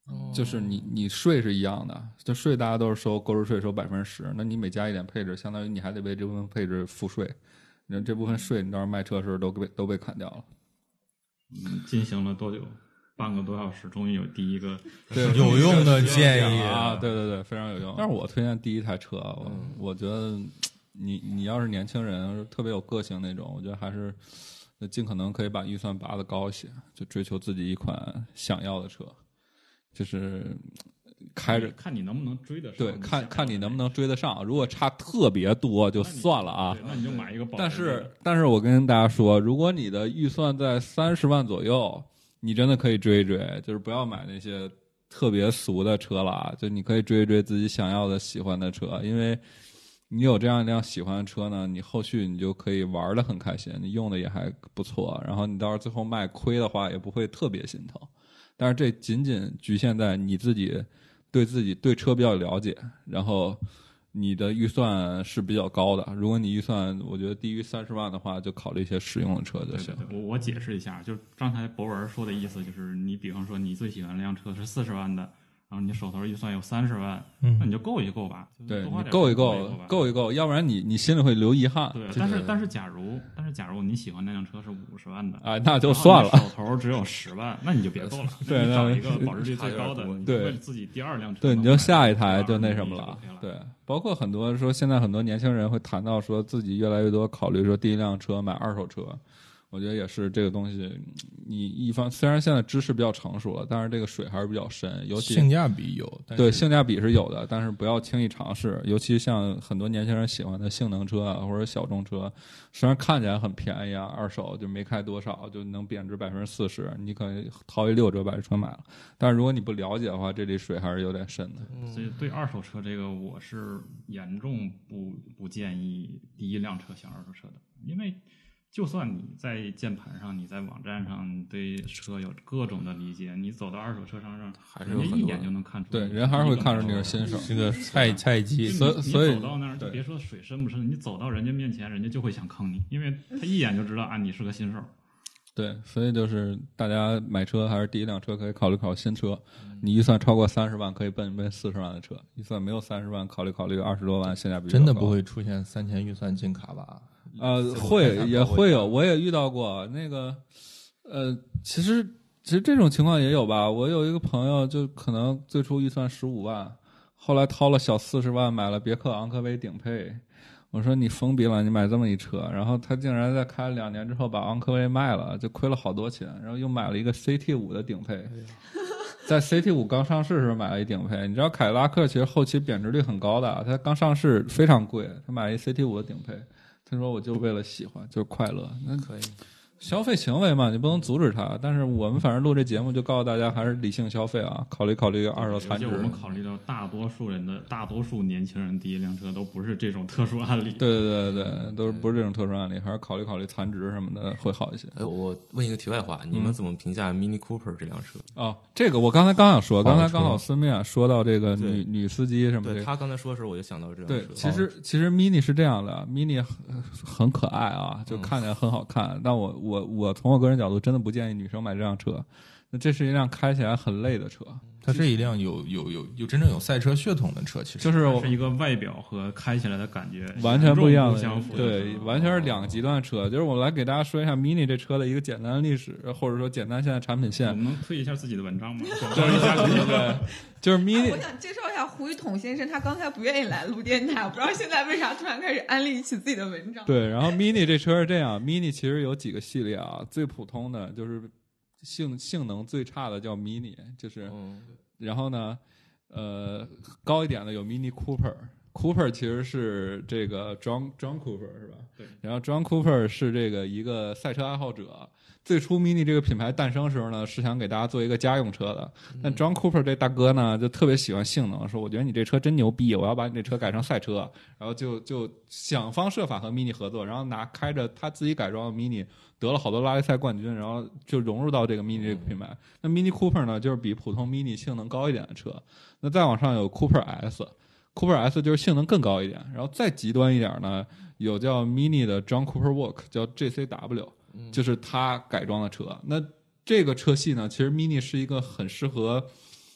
就是你税是一样的，就税大家都是收购置税收10%，那你每加一点配置，相当于你还得为这部分配置付税，那这部分税你到时候卖车的时候都被砍掉了。 进行了多久？半个多小时，终于有第一个有用的建议啊！对对对，非常有用。但是我推荐第一台车，我觉得你要是年轻人，特别有个性那种，我觉得还是尽可能可以把预算拔得高一些，就追求自己一款想要的车，就是开着看你能不能追得上。 对，看你能不能追得上。如果差特别多就算了啊。 那你就买一个保。 但是我跟大家说，如果你的预算在30万左右，你真的可以追，就是不要买那些特别俗的车了，就你可以追自己想要的、喜欢的车，因为你有这样一辆喜欢的车呢，你后续你就可以玩得很开心，你用的也还不错，然后你到时候最后卖亏的话也不会特别心疼。但是这仅仅局限在你自己对车比较了解，然后你的预算是比较高的。如果你预算我觉得低于30万的话，就考虑一些实用的车就行。 对，我解释一下，就刚才博文说的意思，就是你比方说你最喜欢那辆车是40万的，然后你手头预算有30万，那你就够一够吧。 对，你够一够，要不然你心里会留遗憾。 对，但是假如你喜欢那辆车是50万的， 那就算了。 手头只有10万，那你就别够了。 对， 你找一个保值率最高的， 对自己第二辆车。 对，你就下一台就那什么了。对，包括很多说现在很多年轻人会谈到说自己越来越多考虑说第一辆车买二手车。我觉得也是这个东西，你一方虽然现在知识比较成熟了，但是这个水还是比较深，尤其性价比有， 对性价比是有的，但是不要轻易尝试。尤其像很多年轻人喜欢的性能车啊，或者小众车，虽然看起来很便宜啊，二手就没开多少就能贬值40%，你可能掏一6折把这车买了。但是如果你不了解的话，这里水还是有点深的。 所以对二手车这个，我是严重不建议第一辆车选二手车的，因为就算你在键盘上，你在网站上对车有各种的理解，你走到二手车商上，人家一眼就能看出。 对，人还是会看出你是新手， 是个菜鸡。 所以你走到那儿，就别说水深不深，你走到人家面前，人家就会想坑你，因为他一眼就知道你是个新手。 对，所以就是大家买车还是第一辆车可以考虑新车。你预算超过30万，可以奔40万的车；预算没有30万，考虑20多万，性价比真的不会出现3000预算进卡吧？ 也会有，我也遇到过那个，其实这种情况也有吧。我有一个朋友，就可能最初预算15万，后来掏了小40万买了别克昂科威顶配。我说你疯逼了，你买这么一车，然后他竟然在开了2年之后把昂科威卖了，就亏了好多钱，然后又买了一个 CT5 的顶配。在 CT5 刚上市时候买了一顶配，你知道凯迪拉克其实后期贬值率很高的，它刚上市非常贵，他买一 CT5 的顶配。他说我就为了喜欢，就是快乐，那可以消费行为嘛，你不能阻止他。但是我们反正录这节目就告诉大家，还是理性消费啊，考虑二手残值。 而且我们考虑到大多数年轻人第一辆车都不是这种特殊案例。 对，都不是这种特殊案例，还是考虑残值什么的会好一些。 我问一个题外话，你们怎么评价 Mini Cooper 这辆车？ 这个我刚才刚想说，刚才刚好孙面说到这个女司机什么的。 对，他刚才说的时候，我就想到这辆车。 对，其实 Mini 是这样的 ，Mini 很可爱啊，就看起来很好看，但我从我个人角度真的不建议女生买这辆车。那这是一辆开起来很累的车， 它是一辆有真正有赛车血统的车，其实就是一个外表和开起来的感觉完全不一样的， 对，完全是两个极端车。就是我来给大家说一下 Mini 这车的一个简单的历史，或者说简单现在产品线。 我们能推一下自己的文章吗？ 对，就是 Mini。 我想介绍一下胡一统先生，他刚才不愿意来录电台，我不知道现在为啥突然开始安利起自己的文章。 对，然后 Mini 这车是这样 ，Mini 其实有几个系列啊，最普通的就是性能最差的叫 Mini， 就是，然后呢，高一点的有 Mini Cooper 其实是这个 John Cooper 是吧？ 对。 然后 John Cooper 是这个一个赛车爱好者。最初 Mini 这个品牌诞生的时候呢，是想给大家做一个家用车的。但 John Cooper 这大哥呢，就特别喜欢性能，说我觉得你这车真牛逼，我要把你这车改成赛车。然后就想方设法和 Mini 合作，然后开着他自己改装的 Mini， 得了好多拉力赛冠军，然后就融入到这个 Mini 这个品牌。那 Mini Cooper 呢，就是比普通 Mini 性能高一点的车。那再往上有 Cooper S。Cooper S 就是性能更高一点，然后再极端一点呢，有叫 Mini 的 John Cooper Work， 叫 JCW， 就是他改装的车。那这个车系呢，其实 Mini 是一个很适合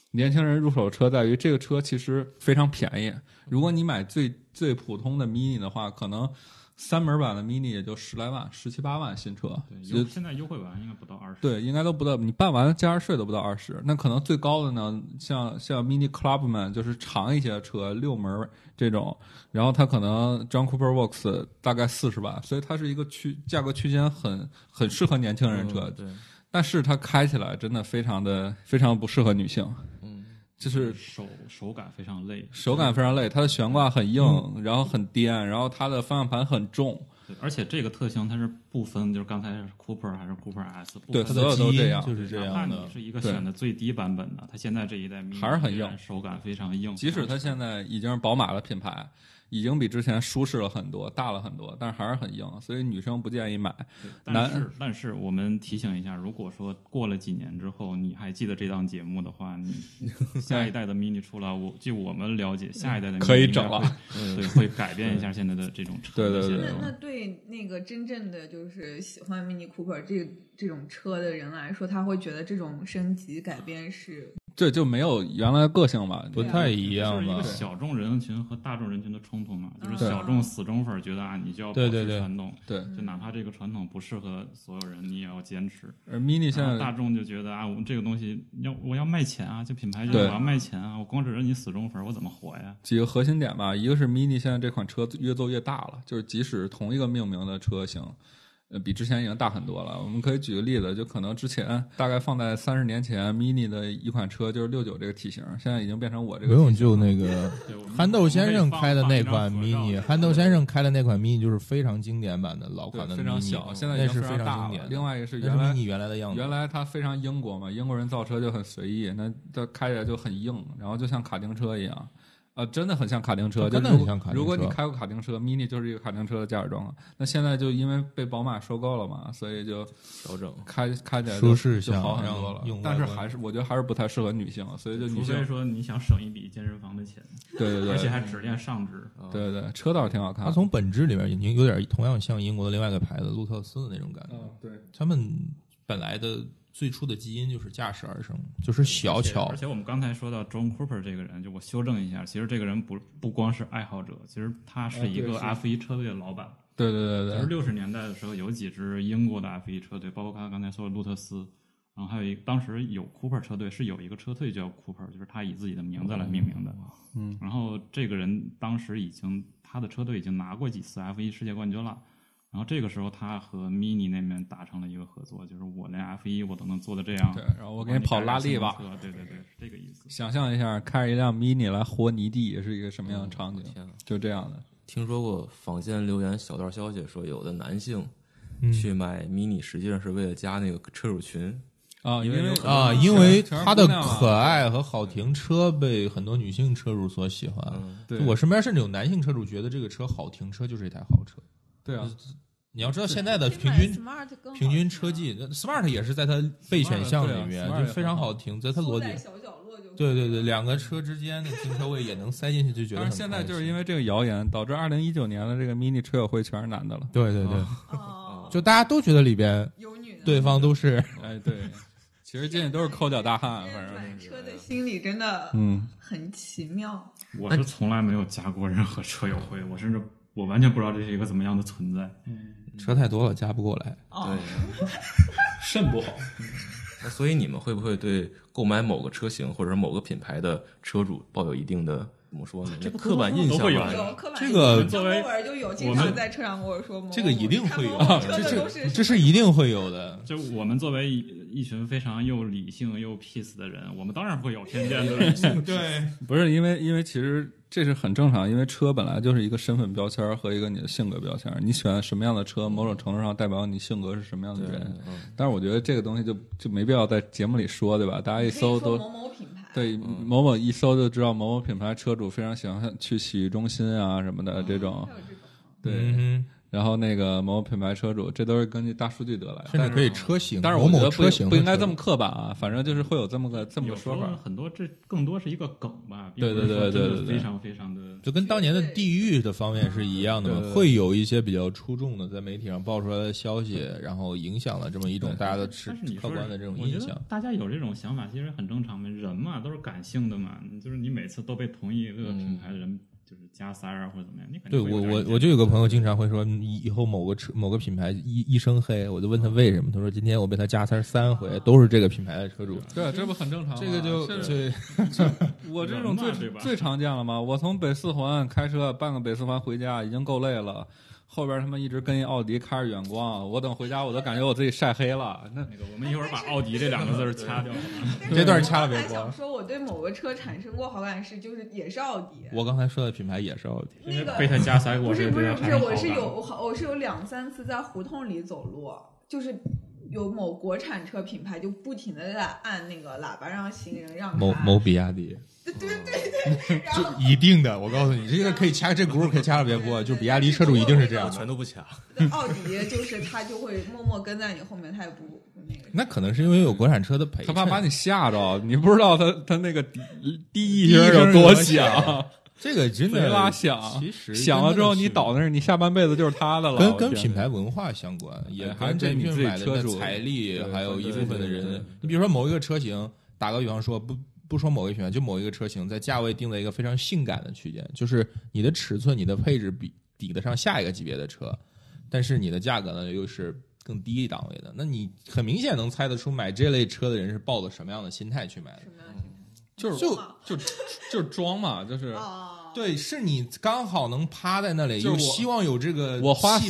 年轻人入手车在于这个车其实非常便宜。如果你买最普通的 Mini 的话，可能3门版的 Mini 也就10来万、17、18万新车。 对，现在优惠完应该不到20。 对，应该都不到，你办完加上税都不到20。那可能最高的呢，像 Mini Clubman 就是长一些的车，6门这种，然后它可能 John Cooper Works 大概40万，所以它是一个价格区间很适合年轻人车。 对。 但是它开起来真的非常不适合女性，就是手感非常累， 手感非常累，它的悬挂很硬，然后很颠，然后它的方向盘很重， 对，而且这个特性它是不分，就是刚才是 Cooper 还是 Cooper S， 对，所有都这样， 就是这样的。 哪怕你是一个选的最低版本的，它现在这一代 Mini 还是很硬， 手感非常硬， 即使它现在已经是宝马的品牌。已经比之前舒适了很多，大了很多，但是还是很硬，所以女生不建议买。 但是我们提醒一下，如果说过了几年之后，你还记得这档节目的话，你下一代的 Mini 出来，据我们了解，下一代的 Mini 可以整了， 对，会改变一下现在的这种车。 对。 那对那个真正的就是喜欢 Mini Cooper 这种车的人来说，他会觉得这种升级改变是。 这就没有原来的个性吧， 不太一样吧？ 就是一个小众人群和大众人群的冲突嘛，就是小众死忠粉觉得啊，你就要保持传统， 对， 就哪怕这个传统不适合所有人，你也要坚持。 而 Mini 现在大众就觉得啊，我们这个东西我要卖钱啊，这品牌就是我要卖钱啊，我光指着你死忠粉，我怎么活呀？ 几个核心点吧，一个是 Mini 现在这款车越做越大了，就是即使同一个命名的车型。比之前已经大很多了。我们可以举个例子，就可能之前大概放在30年前 ，Mini 的一款车就是69这个体型，现在已经变成我这个体型。 不用，就那个憨豆先生开的那款 Mini， 憨豆先生开的那款 Mini 就是非常经典版的老款的 Mini， 非常小，现在那是非常常经典。 另外一个是 Mini 原来的样子， 原来它非常英国嘛，英国人造车就很随意，那它开起来就很硬，然后就像卡丁车一样。真的很像卡丁车， 真的很像卡丁车。 如果你开过卡丁车 ，Mini 就是一个卡丁车的驾驶状况。那现在就因为被宝马收购了嘛，所以就调整开起来舒适就好很多了。但是我觉得还是不太适合女性，所以就女性。 除非说你想省一笔健身房的钱， 对， 而且还只练上肢。 对，车倒是挺好看。 它从本质里面已经有点同样像英国的另外一个牌子路特斯的那种感觉。 对， 他们本来的。最初的基因就是驾驶而生，就是小巧。 而且我们刚才说到 John Cooper 这个人，就我修正一下，其实这个人不光是爱好者，其实他是一个 F1 车队的老板。 对。 其实60年代的时候，有几支英国的 F1 车队，包括他刚才说的路特斯，然后还有当时有 Cooper 车队，是有一个车队叫 Cooper， 就是他以自己的名字来命名的。然后这个人当时他的车队已经拿过几次 F1 世界冠军了。然后这个时候，他和 Mini 那边达成了一个合作，就是我连 F1 我都能做的这样。 对，然后我给你跑拉力吧。 对，是这个意思。 想象一下，开着一辆 Mini 来活泥地是一个什么样的场景？就这样的。 听说过坊间留言小道消息说，有的男性去买 Mini，实际上是为了加那个车主群。 因为它的可爱和好停车被很多女性车主所喜欢。 对， 我身边甚至有男性车主觉得这个车好停车就是一台好车。 对啊， 你要知道现在的平均车技 ，Smart 也是在它备选项里面，就非常好停，在它逻辑。对，两个车之间的停车位也能塞进去，就觉得很开心。 但是现在就是因为这个谣言，导致2019年的这个 Mini 车友会全是男的了。 对，就大家都觉得里边有女的， 对方都是对。其实进去都是抠脚大汉，反正买车的心理真的很奇妙。 我是从来没有加过任何车友会，我完全不知道这是一个怎么样的存在。 车太多了，加不过来。 对， 肾不好。 那所以你们会不会对购买某个车型或者某个品牌的车主抱有一一的怎么说呢？这刻板印象都会有。 这个作为就有经常在车上跟我说， 这个一定会有，这是一定会有的。 就我们作为一群非常又理性又 peace 的人，我们当然会有偏见的。 对， 不是因为其实这是很正常，因为车本来就是一个身份标签和一个你的性格标签。你选什么样的车，某种程度上代表你性格是什么样的人。但是我觉得这个东西就没必要在节目里说，对吧？大家一搜都某某品牌。 对，某某一搜就知道某某品牌车主非常喜欢去洗浴中心啊什么的这种，对，然后那个某某品牌车主，这都是根据大数据得来的， 甚至可以车型， 但是我觉得不应该这么刻板啊，反正就是会有这么个说法。 很多这更多是一个梗吧， 对， 非常非常的， 就跟当年的地域的方面是一样的嘛，会有一些比较出众的在媒体上爆出来的消息，然后影响了这么一种大家的客观的这种印象。 大家有这种想法其实很正常嘛，人嘛都是感性的嘛，就是你每次都被同一个品牌的人就是加塞儿或者怎么样，你肯对定会有点意见我就有个朋友经常会说，以后某个品牌一身黑，我就问他为什么，他说今天我被他加塞3回，都是这个品牌的车主。 对，这不很正常吗？ 这个就对， 我这种对吧最常见了嘛。我从北四环开车半个北四环回家已经够累了，后边他们一直跟一奥迪开着远光，我等回家我都感觉我自己晒黑了。那个我们一会儿把奥迪这2个字掐掉。 这段掐了别播。 想说我对某个车产生过好感是，就是也是奥迪。 我刚才说的品牌也是奥迪。 那个被他加塞过， 不是，我是有有 2-3次在胡同里走路，就是有某国产车品牌就不停的在按那个喇叭让行人让开。 某比亚迪。 对， 就一定的，我告诉你，这个可以掐，这轱辘可以掐了别播。就比亚迪车主一定是这样， 全都不掐。 奥迪就是他就会默默跟在你后面，他也不那个。 那可能是因为有国产车的陪衬， 他怕把你吓着，你不知道他那个低音有多响。 这个真的拉响， 其实响了之后你倒那儿，你下半辈子就是他的了。 跟品牌文化相关，也跟这你自己车主财力，还有一部分的人。你比如说某一个车型，打个比方说，不说某一个品牌，就某一个车型，在价位定在一个非常性感的区间，就是你的尺寸、你的配置抵得上下一个级别的车，但是你的价格呢又是更低一档位的。那你很明显能猜得出买这类车的人是抱着什么样的心态去买的。 就是装嘛，就是对，是你刚好能趴在那里，又希望有这个我花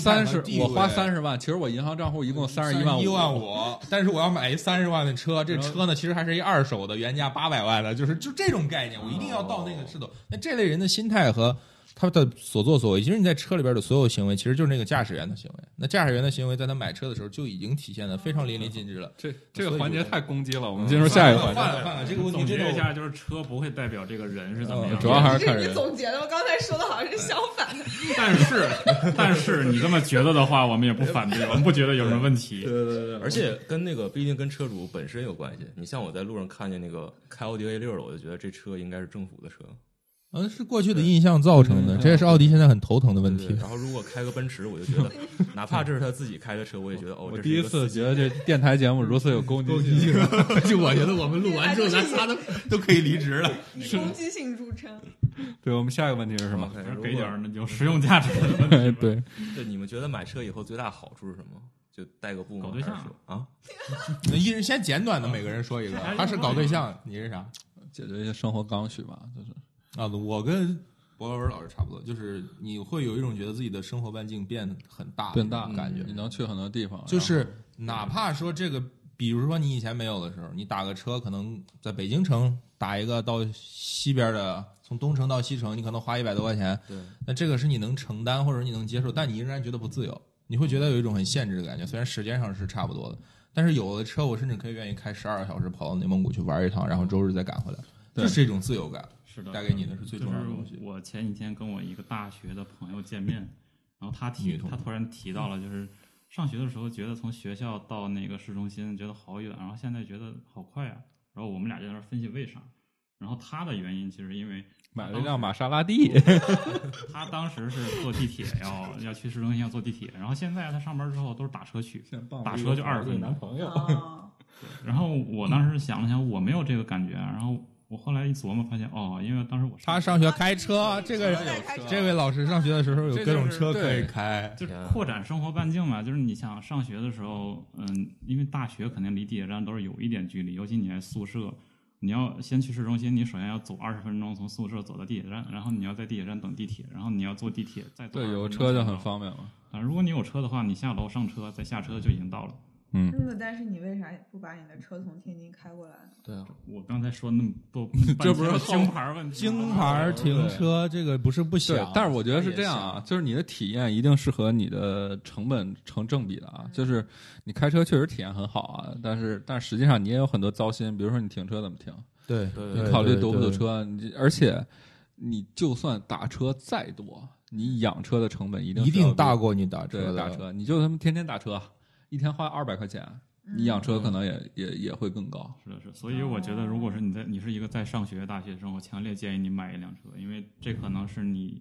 30万，其实我银行账户一共31万 5，但是我要买一30万的车，这车呢其实还是一二手的，原价800万的，就这种概念，我一定要到那个尺度。那这类人的心态和他的所作所为，其实你在车里边的所有行为，其实就是那个驾驶员的行为。那驾驶员的行为，在他买车的时候就已经体现的非常淋漓尽致了。 这个环节太攻击了，我们进入下一个环节。 换了，这个问题总结一下，就是车不会代表这个人是怎么样， 主要还是看人。 你总结的，我刚才说的好像是相反的。 但是你这么觉得的话，我们也不反对，我们不觉得有什么问题。 对，而且跟那个不一定跟车主本身有关系。你像我在路上看见那个开奥迪 A6的，我就觉得这车应该是政府的车。 是过去的印象造成的，这也是奥迪现在很头疼的问题。 对，然后如果开个奔驰，我就觉得，哪怕这是他自己开的车，我也觉得我第一次觉得这电台节目如此有攻击性。 就我觉得我们录完之后，咱仨都可以离职了。 以攻击性著称。 对，我们下一个问题是什么？ 给点有实用价值的问题。 对， 你们觉得买车以后最大好处是什么？就带个步吗？ 搞对象啊？ 那一人先简短的，每个人说一个。他是搞对象，你是啥？ 解决一些生活刚需吧，就是我跟博文老师差不多，就是你会有一种觉得自己的生活半径变大感觉， 你能去很多地方。 就是哪怕说这个，比如说你以前没有的时候，你打个车，可能在北京城打一个到西边的，从东城到西城，你可能花100多块钱。 对， 那这个是你能承担或者你能接受，但你仍然觉得不自由，你会觉得有一种很限制的感觉。虽然时间上是差不多的，但是有的车我甚至可以愿意开12个小时跑到内蒙古去玩一趟，然后周日再赶回来，就是这种自由感。 是的， 带给你的是最重要的东西。 我前几天跟我一个大学的朋友见面，然后他突然提到了，就是上学的时候觉得从学校到那个市中心觉得好远，然后现在觉得好快啊。然后我们俩就在那分析为啥。然后他的原因其实因为买了一辆玛莎拉蒂， 他当时是坐地铁要去市中心要坐地铁，然后现在他上班之后都是打车去，打车就20分钟。 男朋友。 然后我当时想了想，我没有这个感觉，然后我后来一琢磨，发现因为当时他上学开车，这位老师上学的时候有各种车可以开， 就是扩展生活半径嘛。就是你想上学的时候，因为大学肯定离地铁站都是有一点距离，尤其你在宿舍，你要先去市中心，你首先要走20分钟从宿舍走到地铁站，然后你要在地铁站等地铁，然后你要坐地铁再坐。 对，有车就很方便了。 如果你有车的话，你下楼上车再下车就已经到了。 但是你为啥不把你的车从天津开过来呢？ 对啊， 我刚才说那么多， 这不是京牌问题。 京牌停车这个不是不小， 但是我觉得是这样啊，就是你的体验一定是和你的成本成正比的啊。就是你开车确实体验很好啊，但实际上你也有很多糟心，比如说你停车怎么停？ 对， 你考虑堵不堵车？而且你就算打车再多，你养车的成本一定大过你打车。 打车，你就他妈天天打车。一天花200块钱，你养车可能也会更高。 是的，所以我觉得，如果是你是一个在上学大学生，我强烈建议你买一辆车，因为这可能是你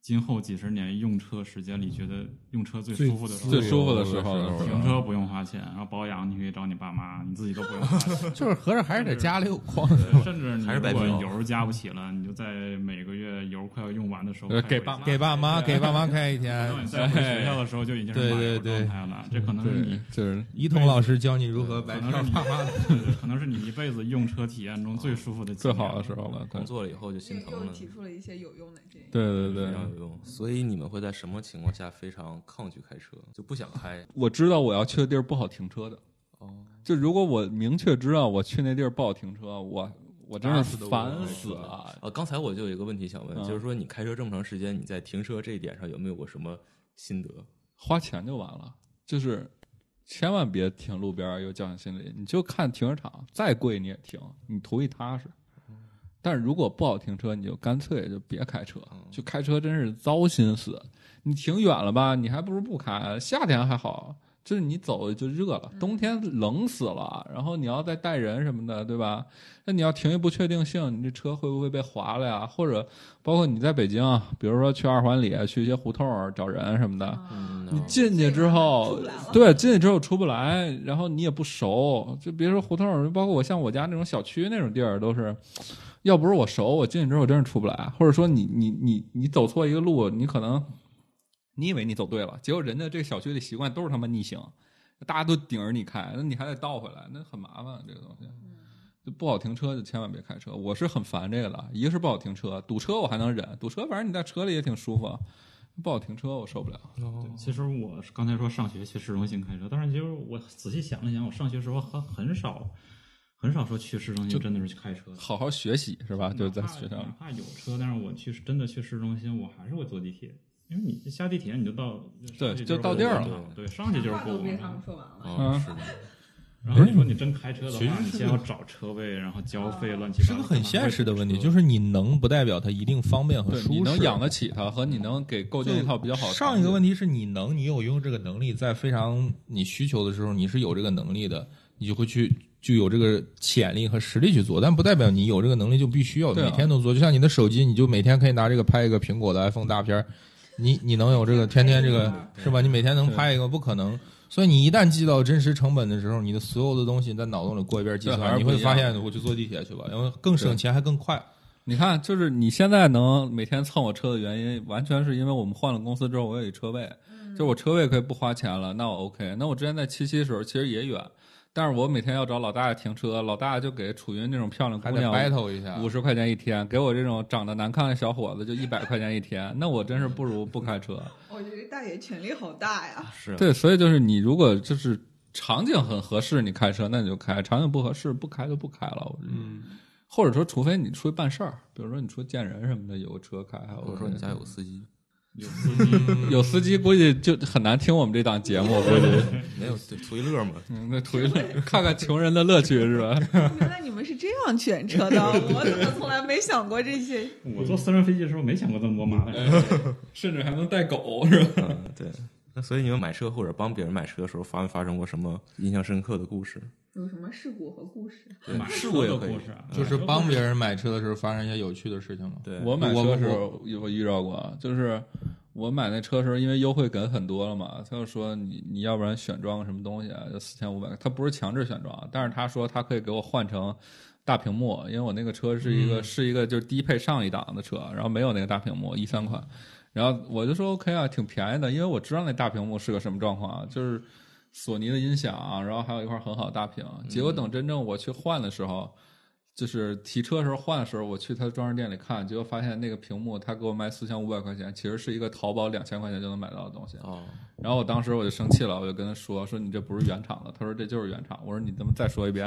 今后几十年用车时间里，觉得用车最舒服的时候， 最舒服的时候停车不用花钱，然后保养你可以找你爸妈，你自己都不用花钱。 就是合着还是得加6筐， 甚至你还是白如果嫖油加不起了，你就在每个月油快要用完的时候给爸妈给爸妈开一天等。你再回学校的时候就已经是满油状态了。这可能是你就是一彤老师教你如何白可能是嫖爸妈。 可能是你一辈子用车体验中最舒服的最好的时候了。 工作了以后就心疼了， 又提出了一些有用的建议。 对， 非常有用。所以你们会在什么情况下非常抗拒开车，就不想开？ 我知道我要去的地儿不好停车的。就如果我明确知道我去那地儿不好停车，我真是烦死了。 刚才我就有一个问题想问，就是说你开车这么长时间，你在停车这一点上有没有过什么心得？ 花钱就完了，就是千万别停路边有侥幸心理，你就看停车场再贵你也停，你图一踏实。但是如果不好停车，你就干脆就别开车，就开车真是糟心死。你停远了吧，你还不如不开。夏天还好，就是你走就热了，冬天冷死了，然后你要再带人什么的，对吧？那你要停一不确定性，你这车会不会被划了呀？或者包括你在北京，比如说去二环里，去一些胡同找人什么的，你进去之后，对，进去之后出不来，然后你也不熟，就别说胡同，包括我像我家那种小区那种地儿都是。要不是我熟，我进去之后真是出不来。或者说你走错一个路，你可能你以为你走对了，结果人家这个小区的习惯都是他妈逆行，大家都顶着你开，那你还得倒回来，那很麻烦。这个东西就不好停车，就千万别开车。我是很烦这个的，一个是不好停车，堵车我还能忍，堵车反正你在车里也挺舒服，不好停车我受不了。 对，其实我刚才说上学去市中心开车，但是其实我仔细想了想，我上学时候很少说去市中心真的是去开车的， 好好学习是吧？就是在学校里， 哪怕有车，但是我真的去市中心，我还是会坐地铁，因为你下地铁你就到， 对，就到地儿了， 对，上去就是购物。 被他们说完了。 是的。 然后你说你真开车的话，你先要找车位，然后交费，乱七八糟。 是个很现实的问题，就是你能不代表它一定方便和舒适。 你能养得起它，和你能给构建一套比较好的。 上一个问题是你有拥有这个能力，在非常你需求的时候，你是有这个能力的，你就会具有这个潜力和实力去做，但不代表你有这个能力就必须要每天都做。就像你的手机，你就每天可以拿这个拍一个苹果的 iPhone 大片，你能有这个天天这个是吧？你每天能拍一个不可能。所以你一旦记到真实成本的时候，你的所有的东西在脑洞里过一遍计算，你会发现我就坐地铁去吧，因为更省钱还更快。 你看，就是你现在能每天蹭我车的原因，完全是因为我们换了公司之后，我有一车位，就我车位可以不花钱了，那我 OK。那我之前在七的时候其实也远，但是我每天要找老大爷停车，老大爷就给楚云那种漂亮姑娘还得 battle 一下 50块钱一天，给我这种长得难看的小伙子就100块钱一天，那我真是不如不开车。 我觉得大爷权力好大呀。 是对，所以就是你如果就是场景很合适，你开车那你就开；场景不合适，不开就不开了。或者说，除非你出去办事儿，比如说你出去见人什么的，有个车开， 或者说你家有司机。 有司机估计就很难听我们这档节目，估计没有对图一乐嘛， 那图一乐，看看穷人的乐趣是吧？ 原来你们是这样选车的，我怎么从来没想过这些？ 我坐私人飞机的时候没想过这么多麻烦事， 甚至还能带狗是吧？ 对。那所以你们买车或者帮别人买车的时候，发生过什么印象深刻的故事？ 有什么事故和故事？ 买车的故事啊， 就是帮别人买车的时候发生一些有趣的事情吗？ 对， 我买车的时候我遇到过，就是我买那车的时候，因为优惠给很多了嘛，他就说你要不然选装个什么东西啊，就4500，他不是强制选装，但是他说他可以给我换成大屏幕，因为我那个车是一个就是低配上一档的车，然后没有那个大屏幕13款。然后我就说 OK 啊，挺便宜的，因为我知道那大屏幕是个什么状况，就是索尼的音响，然后还有一块很好的大屏。结果等真正我去换的时候，就是提车的时候换的时候，我去他的装饰店里看，结果发现那个屏幕他给我卖4500块钱，其实是一个淘宝2000块钱就能买到的东西。然后我当时我就生气了，我就跟他说你这不是原厂的，他说这就是原厂。我说你他妈再说一遍。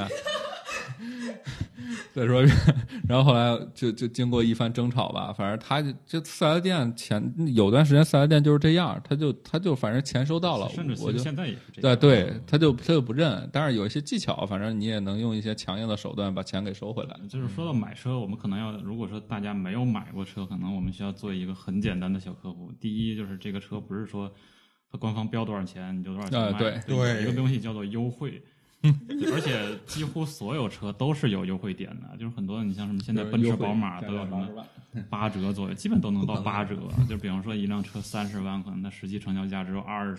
再说一遍，然后后来就经过一番争吵吧，反正他就四 S 店有段时间四 S 店就是这样，他就反正钱收到了， 甚至我就现在也是这样。 对，他就不认，但是有一些技巧，反正你也能用一些强硬的手段把钱给收回来。 就是说到买车，我们可能要，如果说大家没有买过车，可能我们需要做一个很简单的小科普。第一，就是这个车不是说它官方标多少钱你就多少钱买， 对， 一个东西叫做优惠。 对而且几乎所有车都是有优惠点的，就是很多你像什么现在奔驰、宝马都有什么8折左右，基本都能到8折。就比方说一辆车30万，可能它实际成交价只有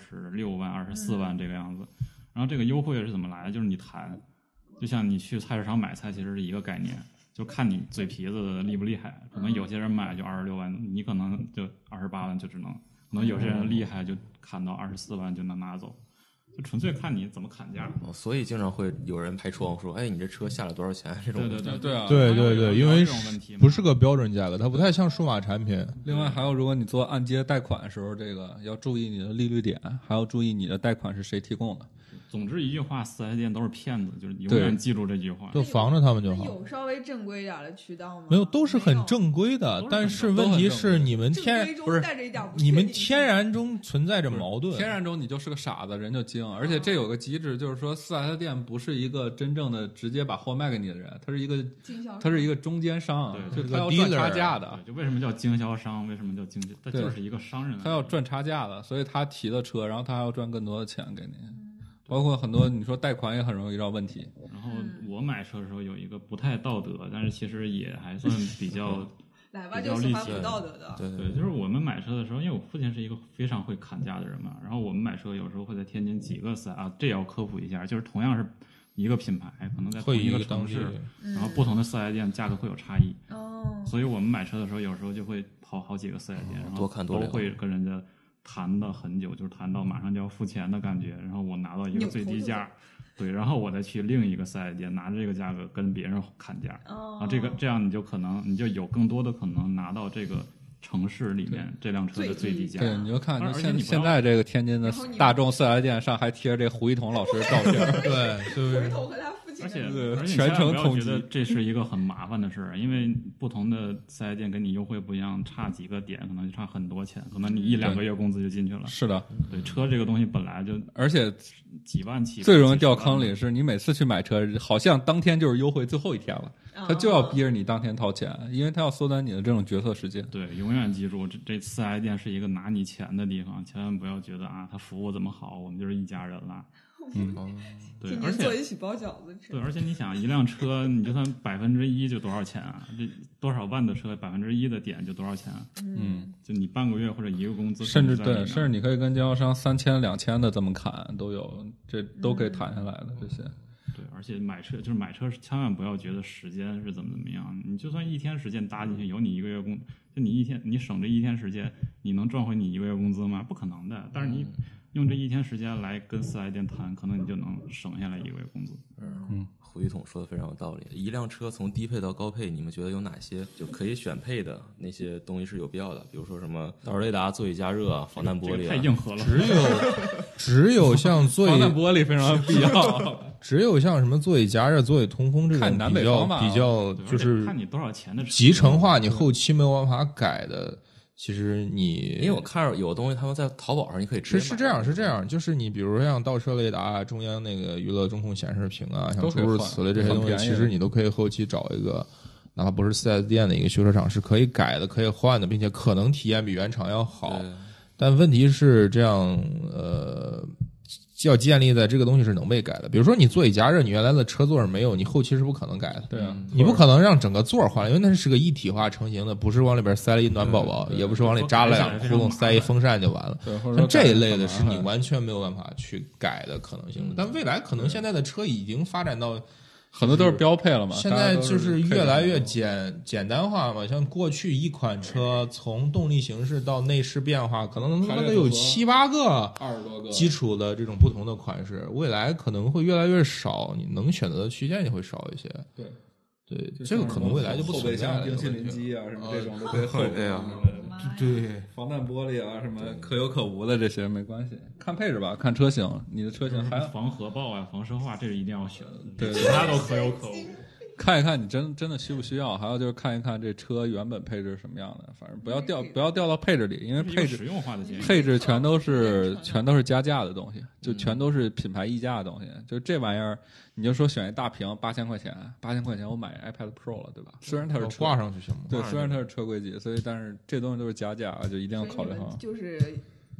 26万、24万这个样子。然后这个优惠是怎么来的？就是你谈，就像你去菜市场买菜，其实是一个概念，就看你嘴皮子厉不厉害。可能有些人买就26万，你可能就28万就只能，可能有些人厉害就砍到24万就能拿走。就纯粹看你怎么砍价。 所以经常会有人拍窗说：“哎，你这车下了多少钱？”这种对啊， 对，因为这种问题不是个标准价格，它不太像数码产品。 另外还有，如果你做按揭贷款的时候，这个要注意你的利率点，还要注意你的贷款是谁提供的。 总之一句话，4S店都是骗子，就是永远记住这句话， 就防着他们就好。 有稍微正规一点的渠道吗？ 没有，都是很正规的，但是问题是你们你们天然中存在着矛盾。 天然中你就是个傻子，人就精。而且这有个机制，就是说4S店不是一个真正的直接把货卖给你的人，他是一个中间商， 对， 就他要赚差价的。 就为什么叫经销商？为什么叫经销？他就是一个商人， 他要赚差价的，所以他提的车，然后他还要赚更多的钱给你。包括很多你说贷款也很容易遇到问题。 然后我买车的时候有一个不太道德，但是其实也还算比较来吧，就喜欢不道德的。 对，就是我们买车的时候，因为我父亲是一个非常会砍价的人嘛，然后我们买车有时候会在天津几个这也要科普一下，就是同样是一个品牌，可能在同一个城市，然后不同的4S店价格会有差异。所以我们买车的时候有时候就会跑好几个4S店，然后都会跟人家谈到很久，就是谈到马上就要付钱的感觉，然后我拿到一个最低价，对，然后我再去另一个4S店拿着这个价格跟别人砍价，这样你就有更多的可能拿到这个城市里面这辆车的最低价。 对，你就看，现在这个天津的大众4S店上还贴着这胡一统老师的照片， 对，就是胡一统和他父亲， 而且全程统计， 觉得这是一个很麻烦的事儿，因为不同的4S店给你优惠不一样，差几个点可能就差很多钱，可能你1-2个月工资就进去了。 是的， 对，车这个东西本来就， 而且几万起， 最容易掉坑里是你每次去买车，好像当天就是优惠最后一天了，他就要逼着你当天掏钱，因为他要缩短你的这种决策时间。 对，永远记住这4S店是一个拿你钱的地方，千万不要觉得他服务这么好，我们就是一家人了。对，而且做一起包饺子吃。 对，而且你想，一辆车你就算1%就多少钱啊？这多少万的车1%的点就多少钱啊？就你半个月或者一个工资， 甚至你可以跟经销商3000、2000的这么砍都有，这都可以谈下来的这些。 对，而且买车千万不要觉得时间是怎么样，你就算1天时间搭进去，有你1个月工，就你你省这1天时间，你能赚回你1个月工资吗？不可能的。但是你用这1天时间来跟4S店谈，可能你就能省下来1个月工资。 胡一统说的非常有道理。一辆车从低配到高配，你们觉得有哪些就可以选配的那些东西是有必要的？比如说什么倒车雷达、座椅加热、防弹玻璃， 太硬核了。 只有像防弹玻璃非常有必要。 只有像什么座椅加热、座椅通风这种比较就是看你多少钱的集成化，你后期没有办法改的。其实因为我看着有的东西他们在淘宝上你可以直接买。 是这样，就是你比如说像倒车雷达、中央那个娱乐中控显示屏啊，像诸如此类这些东西，其实你都可以后期找一个，哪怕不是 4S 店的一个修车厂是可以改的、可以换的，并且可能体验比原厂要好。但问题是这样，要建立在这个东西是能被改的。比如说你座椅加热，你原来的车座上没有，你后期是不可能改的。 对啊， 你不可能让整个座换了，因为那是个一体化成型的，不是往里边塞了一暖宝宝，也不是往里扎了2个窟窿塞一风扇就完了。像这一类的是你完全没有办法去改的可能性的。但未来可能现在的车已经发展到很多都是标配了嘛， 现在就是越来越简单化嘛。像过去一款车从动力形式到内饰变化，可能它都有7-8个、 20多个基础的这种不同的款式，未来可能会越来越少，你能选择的区间也会少一些。对，这个可能未来就不存在了。 冰淇淋机啊，什么这种都可以后备啊。 对， 防弹玻璃啊，什么可有可无的这些没关系，看配置吧，看车型，你的车型还防核爆啊、防生化，这是一定要选的。 对， 其他都可有可无。 看一看你真的需不需要，还有就是看一看这车原本配置是什么样的，反正不要掉到配置里，因为实用化的建议， 配置全都是加价的东西，就全都是品牌溢价的东西，就这玩意儿，你就说选一大屏8000块钱我买 iPad Pro 了，对吧？虽然它是挂上去行吗？ 对，虽然它是车规级，所以但是这东西都是加价，就一定要考虑好。 就是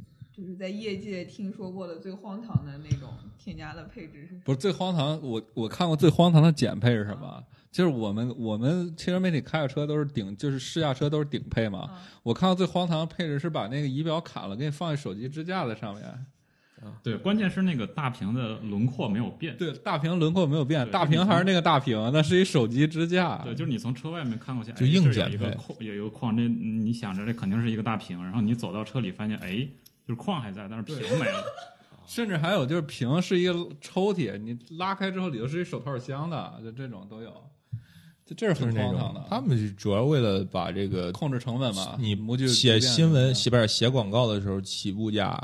就是在业界听说过的最荒唐的那种添加的配置是什么？ 不是最荒唐，我看过最荒唐的减配是什么？就是我们汽车媒体开的车都是就是试驾车都是顶配嘛。我看到最荒唐的配置是把那个仪表砍了，给你放在手机支架在上面。 对，关键是那个大屏的轮廓没有变。 对，大屏轮廓没有变， 对大屏还是那个大屏，那是一手机支架。 对，就是你从车外面看过去， 就硬件有一个框，这你想着这肯定是一个大屏，然后你走到车里发现，哎，就是框还在，但是屏没了。 甚至还有就是屏是一个抽屉，你拉开之后里头是一手套箱的，就这种都有。这是很荒唐的。 他们主要为了把这个控制成本嘛， 你模具写新闻、写广告的时候，起步价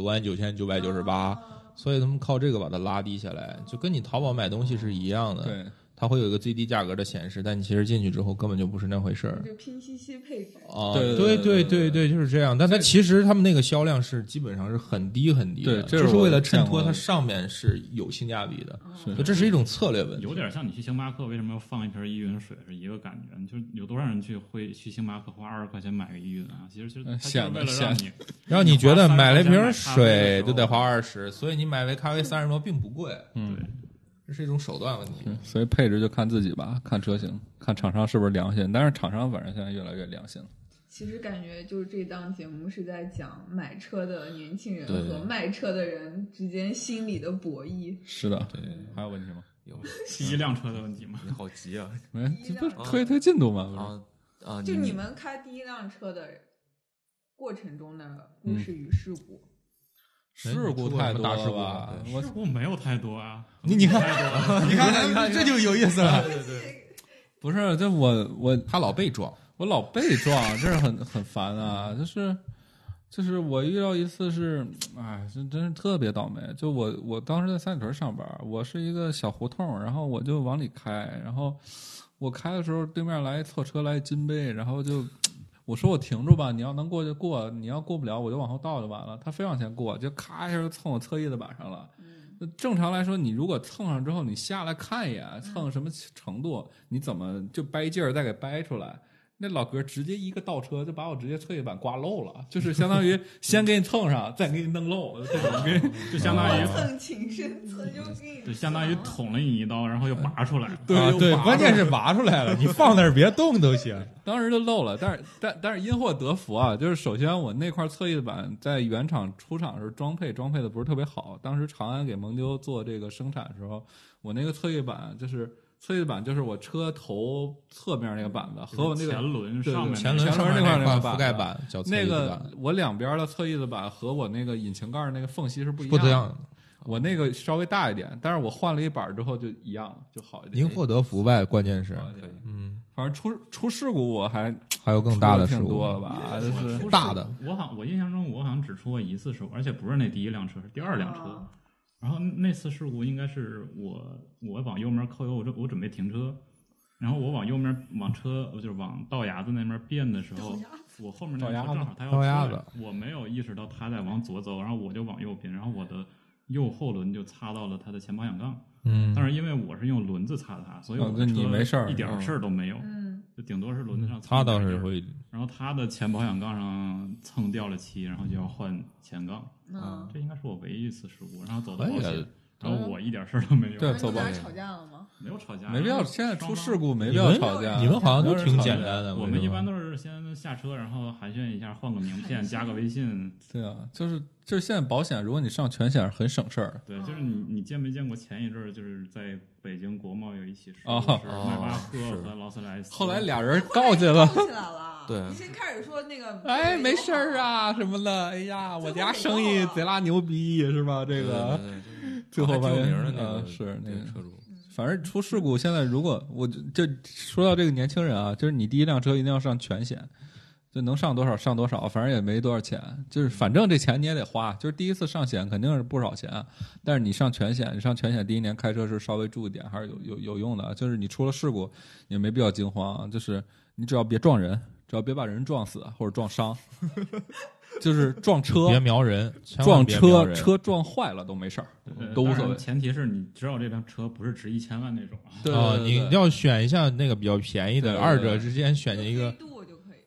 99998，所以他们靠这个把它拉低下来，就跟你淘宝买东西是一样的。 对， 它会有一个最低价格的显示，但你其实进去之后根本就不是那回事儿。 就拼夕夕配置。 对，就是这样。但它其实他们那个销量是基本上是很低很低的， 对， 就是为了衬托它上面是有性价比的。所以这是一种策略问题。 有点像你去星巴克为什么要放一瓶依云水是一个感觉，就是有多少人会去星巴克花20块钱买个依云啊？其实它就是为了让你觉得买了一瓶水就得花20，所以你买杯咖啡30多并不贵。 对。 这是一种手段问题， 所以配置就看自己吧，看车型，看厂商是不是良心。但是厂商反正现在越来越良心了。 其实感觉就是这档节目是在讲买车的年轻人和卖车的人之间心理的博弈。 是的，对。还有问题吗？ 有第一辆车的问题吗？ 你好急啊！ 这不是推进度吗？ 就你们开第一辆车的过程中的故事与事故。 事故太多了吧？ 事故没有太多啊！ 你看，你看，这就有意思了。 对， 不是，这我他老被撞， 我老被撞，这是很烦啊！就是我遇到一次是，哎，真是特别倒霉。就我当时在三里屯上班，我是一个小胡同，然后我就往里开，然后我开的时候，对面来一侧车来一金杯，然后就。我说我停住吧，你要能过就过，你要过不了我就往后倒就完了。他非往前过，就咔一下就蹭我侧翼子板上了。正常来说，你如果蹭上之后，你下来看一眼，蹭什么程度，你怎么就掰劲儿再给掰出来？那老哥直接一个倒车就把我直接侧翼板刮漏了，就是相当于先给你蹭上，再给你弄漏，这种就相当于蹭情深蹭就给你， 就相当于捅了你一刀，然后又拔出来。 对，关键是拔出来了，你放那儿别动都行。 当时就漏了，但是因祸得福啊，就是首先我那块侧翼板在原厂出厂的时候装配的不是特别好，当时长安给蒙迪欧做这个生产的时候，我那个侧翼板就是我车头侧面那个板子和我那个前轮上面前轮那块那个覆盖板叫那个我两边的侧翼子板和我那个引擎盖那个缝隙是不一样的。我那个稍微大一点，但是我换了一板之后就一样，就好一点。 因祸得福呗，关键是， 反正出事故我还有更大的事故多了吧？就是大的。 我印象中我好像只出过一次事故，而且不是那第一辆车，是第二辆车。然后那次事故应该是我往右面扣油，我准备停车，然后我往右面就是往道牙子那边变的时候，我后面那车正好他要出来，我没有意识到他在往左走，然后我就往右变，然后我的右后轮就擦到了他的前保险杠。但是因为我是用轮子擦它，所以我的车没事一点事儿都没有。就顶多是轮子上他倒是会， 然后他的前保险杠上蹭掉了漆，然后就要换前杠。这应该是我唯一一次事故。然后走到保险，然后我一点事儿都没有。 对，走保险吵架了吗？ 没有吵架， 没必要。现在出事故没必要吵架。 你们好像都挺简单的。 我们一般都是先下车，然后寒暄一下，换个名片，加个微信。 对啊，就是现在保险，如果你上全险很省事儿。 对，就是你见没见过前一阵儿就是在北京国贸有一起事故，是迈巴赫和劳斯莱斯， 后来俩人告起来了。 对， 你先开始说那个， 哎，没事儿啊什么的，哎呀，我家生意贼拉牛逼是吧？这个最后发现是那个车主。 反正出事故，现在如果我就说到这个年轻人啊，就是你第一辆车一定要上全险，就能上多少上多少，反正也没多少钱，就是反正这钱你也得花，就是第一次上险肯定是不少钱，但是你上全险第一年开车是稍微注意点，还是有用的。就是你出了事故也没必要惊慌，就是你只要别撞人，只要别把人撞死或者撞伤。就是撞车， 别瞄人， 撞车撞坏了都没事儿，都无所谓。 前提是你知道这辆车不是值1000万那种。 对， 你要选一下那个比较便宜的，二者之间选一个。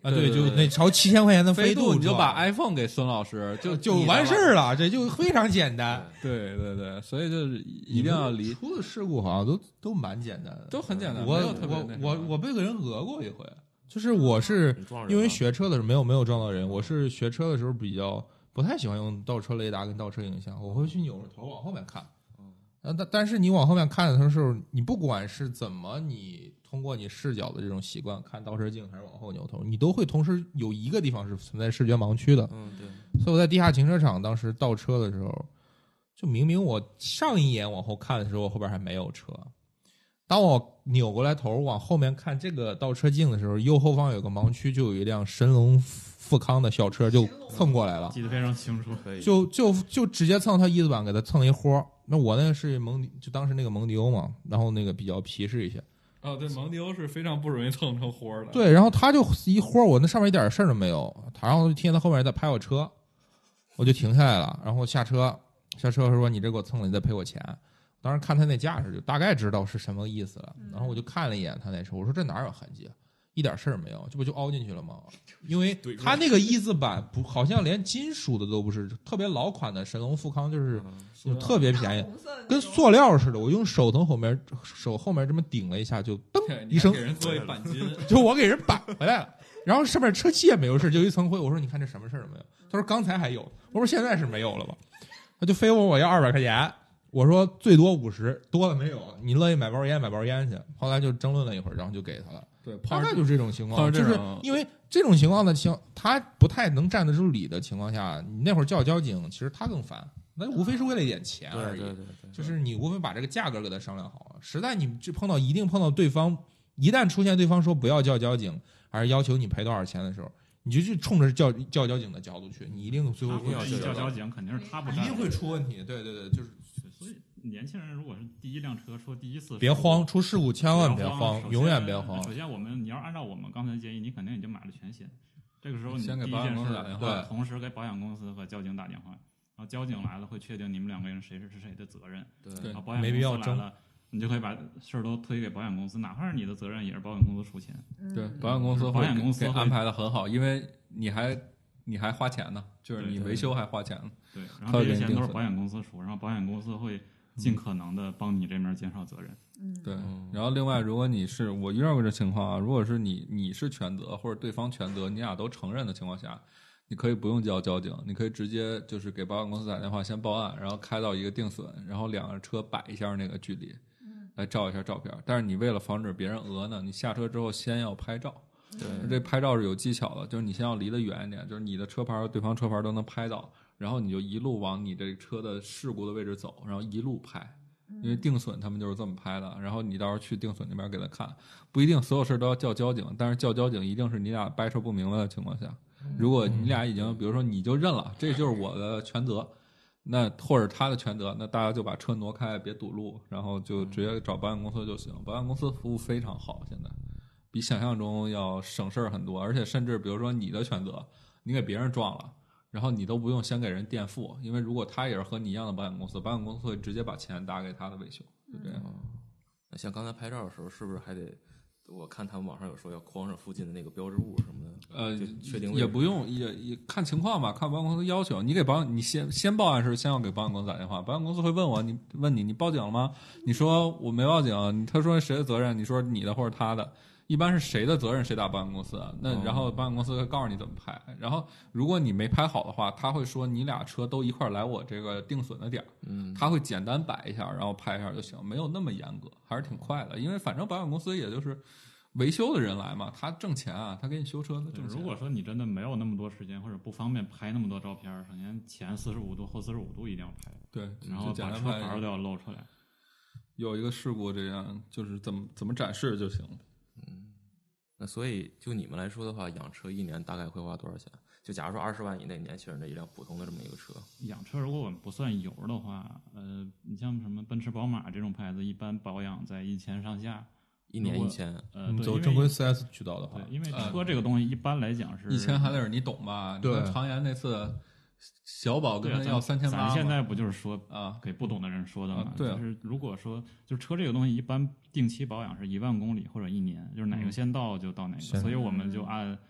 啊，对，就那超7000块钱的飞度， 你就把 iPhone 给孙老师， 就完事儿了，这就非常简单。 对对对，所以就是一定要离出的事故好像都蛮简单的， 都很简单。 我被个人讹过一回，就是我是因为学车的时候没有撞到人，我是学车的时候比较不太喜欢用倒车雷达跟倒车影像，我会去扭着头往后面看。但是你往后面看的时候，你不管是怎么你通过你视角的这种习惯看倒车镜还是往后扭头，你都会同时有一个地方是存在视觉盲区的。 对。 所以我在地下停车场当时倒车的时候，就明明我上一眼往后看的时候，我后边还没有车。当我扭过来头往后面看这个倒车镜的时候，右后方有个盲区，就有一辆神龙富康的小车就蹭过来了， 记得非常清楚， 就直接蹭他翼子板给他蹭一豁。那我那个是就当时那个蒙迪欧嘛，然后那个比较皮实一些。 哦，对，蒙迪欧是非常不容易蹭成豁的。 对，然后他就一豁，我那上面一点事儿都没有，然后就听见他后面在拍我车，我就停下来了，然后下车说你这给我蹭了，你再赔我钱。当时看他那架势就大概知道是什么意思了，然后我就看了一眼他那车，我说这哪有痕迹，一点事儿没有，这不就凹进去了吗？因为他那个翼子板不好像连金属的都不是，特别老款的神龙富康就是特别便宜，跟塑料似的。我用手从手后面这么顶了一下，就噔一声， 给人做一钣金， 就我给人扳回来了。然后上面车漆也没有事，就一层灰。我说你看这什么事儿没有？他说刚才还有。我说现在是没有了吧？他就非问我要200块钱。我说最多50，多了没有？你乐意买包烟去。后来就争论了一会儿，然后就给他了。 对， 大概就是这种情况，就是因为这种情况的他不太能站得住理的情况下，你那会儿叫交警，其实他更烦，那无非是为了一点钱而已。 对， 就是你无非把这个价格给他商量好。实在你一定碰到对方，一旦出现对方说不要叫交警，还是要求你赔多少钱的时候，你就去冲着叫交警的角度去，你一定最后会叫交警，肯定是他不一定会出问题。对，就是。 所以年轻人如果是第一辆车出第一次， 别慌，出事故千万别慌，永远别慌。 首先你要按照我们刚才的建议，你肯定已经买了全险。这个时候你先给保险公司打电话， 同时给保险公司和交警打电话，然后交警来了会确定你们2个人谁是谁的责任。 对， 然后保险公司来了，你就可以把事儿都推给保险公司，哪怕是你的责任，也是保险公司出钱。 对，保险公司会安排的很好，因为你还花钱呢，就是你维修还花钱呢。 对，然后这些钱都是保险公司出，然后保险公司会尽可能的帮你这边减少责任。 对。然后另外，如果我遇到过这情况啊，如果是你是全责或者对方全责，你俩都承认的情况下，你可以不用叫交警，你可以直接就是给保险公司打电话先报案，然后开到一个定损，然后2个车摆一下那个距离，来照一下照片。但是你为了防止别人讹呢，你下车之后先要拍照。 对， 这拍照是有技巧的，就是你先要离得远一点，就是你的车牌和对方车牌都能拍到，然后你就一路往你这车的事故的位置走，然后一路拍，因为定损他们就是这么拍的。然后你到时候去定损那边给他看，不一定所有事都要叫交警，但是叫交警一定是你俩掰扯不明白的情况下。如果你俩已经，比如说你就认了，这就是我的全责，那或者他的全责，那大家就把车挪开，别堵路，然后就直接找保险公司就行。保险公司服务非常好，现在比想象中要省事儿很多，而且甚至比如说你的全责，你给别人撞了，然后你都不用先给人垫付，因为如果他也是和你一样的保险公司，保险公司会直接把钱打给他的维修，就这样。 那像刚才拍照的时候，是不是还得？我看他们网上有说要框上附近的那个标志物什么的，就确定也不用，也看情况吧，看保险公司要求。你先报案时先要给保险公司打电话，保险公司会问你报警了吗？你说我没报警，他说谁的责任？你说你的或者他的。一般是谁的责任谁打保险公司，那然后保险公司会告诉你怎么拍，然后如果你没拍好的话，他会说你俩车都一块来我这个定损的点，他会简单摆一下，然后拍一下就行，没有那么严格，还是挺快的，因为反正保险公司也就是维修的人来嘛，他挣钱啊，他给你修车的挣钱。 如果说你真的没有那么多时间或者不方便拍那么多照片，首先前45度后45度一定要拍， 对， 然后把车牌都要露出来。 有一个事故这样就是怎么展示就行了。 那所以就你们来说的话，养车1年大概会花多少钱？就假如说20万以内年轻人的一辆普通的这么一个车， 养车如果我们不算油的话，你像什么奔驰、宝马这种牌子，一般保养在1000上下 ，1年1000。 走正规 4S 渠道的话， 对，因为车这个东西一般来讲是 1000还得是你懂吧？对，常言那次小宝跟他要3800， 咱现在不就是说啊，给不懂的人说的嘛？ 对， 就是如果说就是车这个东西，一般定期保养是1万公里或者1年，就是哪个先到就到哪个，所以我们就按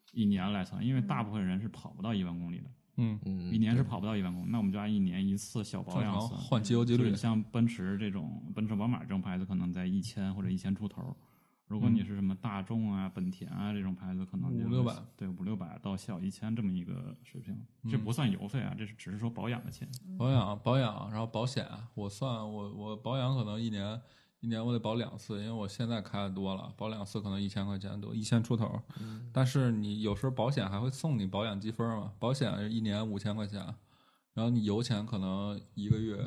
一年来算，因为大部分人是跑不到1万公里的。一年是跑不到1万公里，那我们就按1年一次小保养算， 换机油机滤。 像奔驰这种，奔驰、宝马这种牌子，可能在1000或者1000出头。如果你是什么大众啊、本田啊这种牌子，可能就 500-600， 对500-600到小1000这么一个水平。这不算油费啊，这是只是说保养的钱。 保养，然后保险，我保养可能一年我得保2次，因为我现在开的多了，保2次可能1000块钱多，1000出头。但是你有时候保险还会送你保养积分嘛，保险是1年5000块钱，然后你油钱可能一个月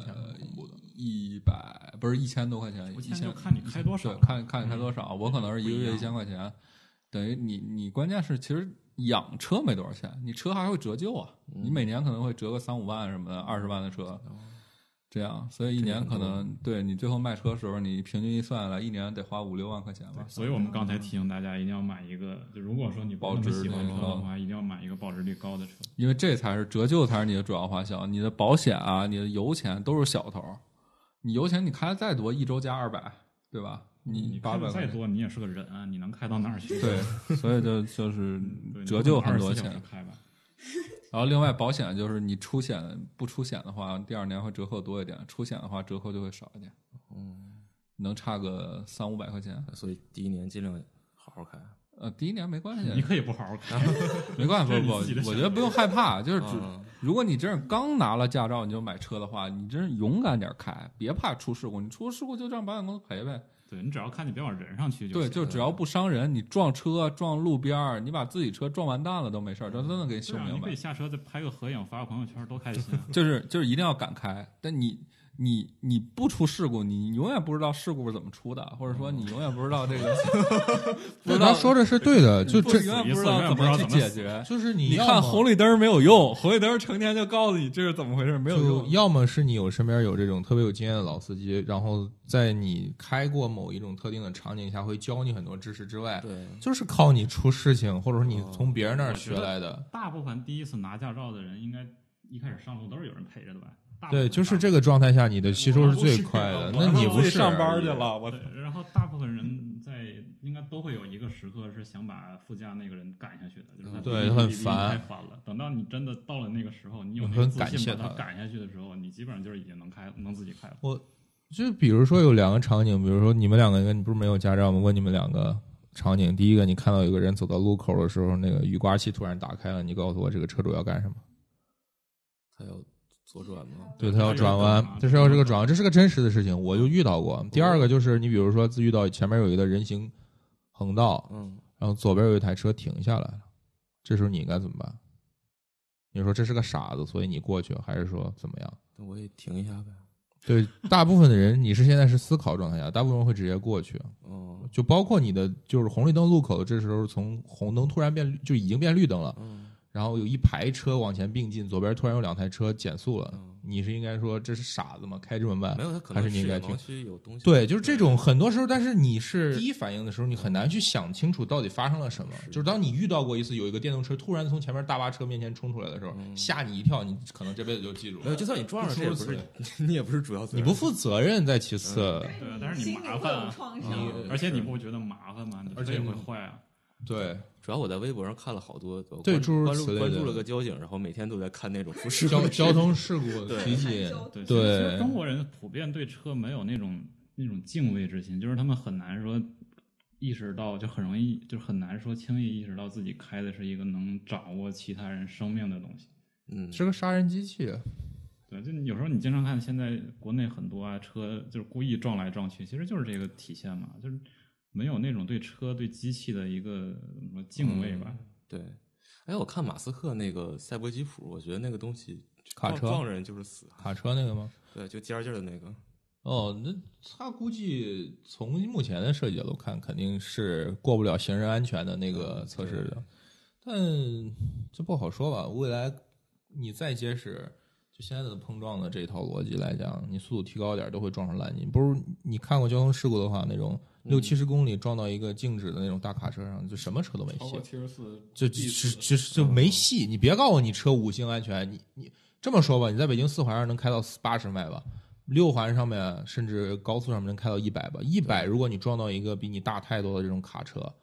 100不是1000多块钱，1000 就看你开多少， 对，看你开多少。我可能是一个月1000块钱，等于你关键是其实养车没多少钱，你车还会折旧啊，你每年可能会折个3-5万什么的，20万的车。这样，所以一年可能对你最后卖车的时候，你平均一算来，一年得花5-6万块钱吧。 所以我们刚才提醒大家一定要买一个，就如果说你保值喜欢车的话，一定要买一个保值率高的车， 因为这才是折旧才是你的主要花销，你的保险啊，你的油钱都是小头，你油钱你开的再多，一周加200，对吧？你开的再多，你也是个人啊，你能开到哪儿去？ 对，所以就是折旧很多钱。 开吧。 然后另外保险就是你不出险的话，第2年会折扣多一点；出险的话，折扣就会少一点。能差个300-500块钱。 所以第1年尽量好好开。 第1年没关系， 你可以不好好开， 没关系，不，我觉得不用害怕。就是如果你真是刚拿了驾照你就买车的话，你真是勇敢点开，别怕出事故。你出事故就让保险公司赔呗。 对，你只要看你别往人上去就行。 对，就只要不伤人，你撞车撞路边，你把自己车撞完蛋了都没事儿，这真的给你修明白。 你可以下车再拍个合影发个朋友圈，多开心。 就是一定要敢开，但你不出事故，你永远不知道事故是怎么出的，或者说你永远不知道这个。不知道他说的是对的，就这永远不知道怎么去解决。 就是你看红绿灯没有用，红绿灯成天就告诉你这是怎么回事，没有用。 要么是你身边有这种特别有经验的老司机，然后在你开过某一种特定的场景下会教你很多知识之外， 对， 就是靠你出事情，或者说你从别人那儿学来的。 大部分第一次拿驾照的人，应该一开始上路都是有人陪着的吧？ 对，就是这个状态下，你的吸收是最快的。那你不是上班去了？ 然后大部分人应该都会有一个时刻是想把副驾那个人赶下去的，就是他对很烦， 太烦了。等到你真的到了那个时候，你有那个自信把他赶下去的时候，你基本上就是已经能自己开了。 我就比如说有2个场景，比如说你们2个人，你不是没有驾照吗？问你们2个场景，第一个你看到有个人走到路口的时候，那个雨刮器突然打开了，你告诉我这个车主要干什么？ 他要左转吗？ 对，他要转弯，这是要这个转弯，这是个真实的事情，我就遇到过。第二个就是你比如说遇到前面有一个人行横道，然后左边有一台车停下来了，这时候你应该怎么办？你说这是个傻子，所以你过去，还是说怎么样？ 那我也停一下呗。 对，大部分的人你是现在是思考状态下，大部分人会直接过去。就包括你的就是红绿灯路口，这时候从红灯突然就已经变绿灯了。然后有一排车往前并进，左边突然有2台车减速了，你是应该说这是傻子吗？开这么慢？ 没有，他可能还是你应该停？ 有东西。 对，就是这种很多时候，但是你是第一反应的时候，你很难去想清楚到底发生了什么。就是当你遇到过一次有一个电动车突然从前面大巴车面前冲出来的时候，吓你一跳，你可能这辈子就记住了。 没有，就算你撞上这也不是，你也不是主要责任， 你不负责任在其次。 对，但是你麻烦啊，而且你不觉得麻烦吗？而且也会坏啊。 对， 主要我在微博上看了好多， 对， 关注了个交警，然后每天都在看那种交通事故提醒。对， 中国人普遍对车没有那种敬畏之心，就是他们很难说意识到，就很容易就很难说轻易意识到自己开的是一个能掌握其他人生命的东西。 是个杀人机器。 对，就有时候你经常看现在国内很多车就是故意撞来撞去，其实就是这个体现嘛，就是没有那种对车对机器的一个什么敬畏吧。 对，哎，我看马斯克那个赛博吉普，我觉得那个东西卡车撞人就是死。 卡车那个吗？ 对，就尖尖的那个。 那他估计从目前的设计角度看，肯定是过不了行人安全的那个测试的。但这不好说吧，未来你再结实，就现在的碰撞的这一套逻辑来讲，你速度提高点都会撞上烂泥。不是你看过交通事故的话，那种60-70公里撞到一个静止的那种大卡车上，就什么车都没戏，就没戏。你别告诉我你车5星安全，你这么说吧，你在北京4环上能开到80迈吧，6环上面甚至高速上面能开到100吧。100如果你撞到一个比你大太多的这种卡车，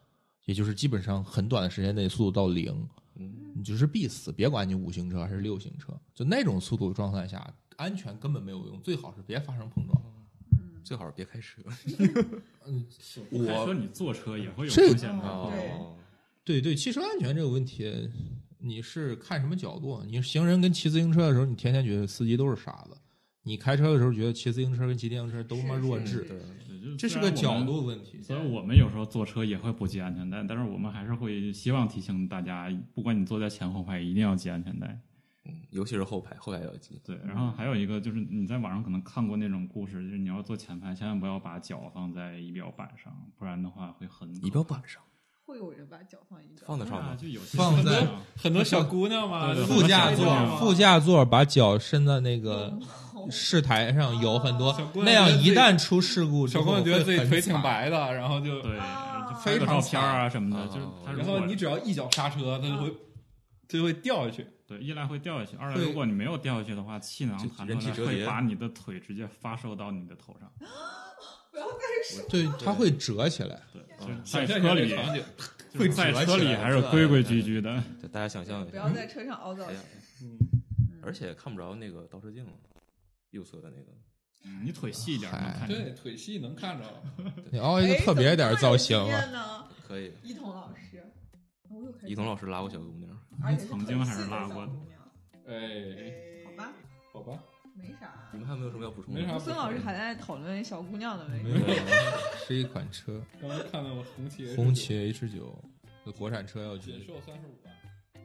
也就是基本上很短的时间内速度到0，你就是必死，别管你5行车还是6行车，就那种速度状态下，安全根本没有用，最好是别发生碰撞。 最好是别开车。 开车你坐车也会有这风险的。 哦， 对，汽车安全这个问题，你是看什么角度？你是行人跟骑自行车的时候，你天天觉得司机都是傻子；你开车的时候，觉得骑自行车跟骑电动车都他妈弱智。 对， 这是个角度问题。 所以我们有时候坐车也会不系安全带，但是我们还是会希望提醒大家，不管你坐在前后排，一定要系安全带。 尤其是后排要系。 对，然后还有一个就是你在网上可能看过那种故事，就是你要坐前排，千万不要把脚放在仪表板上，不然的话会很仪表板上会有人把脚放仪表板放得上吗？ 就有些放在很多小姑娘嘛， 对副驾座， 对副驾座把脚伸在那个试台上，有很多小姑娘那样，一旦出事故之后， 小姑娘觉得自己腿挺会很惨。 白的，然后就对，就非常拍个照片啊什么的，就是它然后你只要一脚刹车，它就会掉下去。 对，一来会掉下去，二来对如果你没有掉下去的话，气囊弹出来人体折叠会把你的腿直接发射到你的头上。 不要再说。 对，它会折起来。 对，就是想象在车里一下这个场景， 就是在车里还是规规矩矩的。 对大家想象一下， 不要在车上凹造型。 而且看不着那个倒车镜，右侧的那个。 你腿细一点能看见。 对，腿细能看着。 你凹一个特别点造型啊啊！ 呢？ 可以， 一彤老师，我又开始一彤老师拉过小姑娘， 而且是曾经还是拉过的很细小姑娘哎， 好吧， 好吧， 没啥。 你们还有没有什么要补充的？ 没啥孙老师还在讨论小姑娘的问题。 是一款车， 刚才看到了红旗红旗 H9，国产车要去。 仅售35万。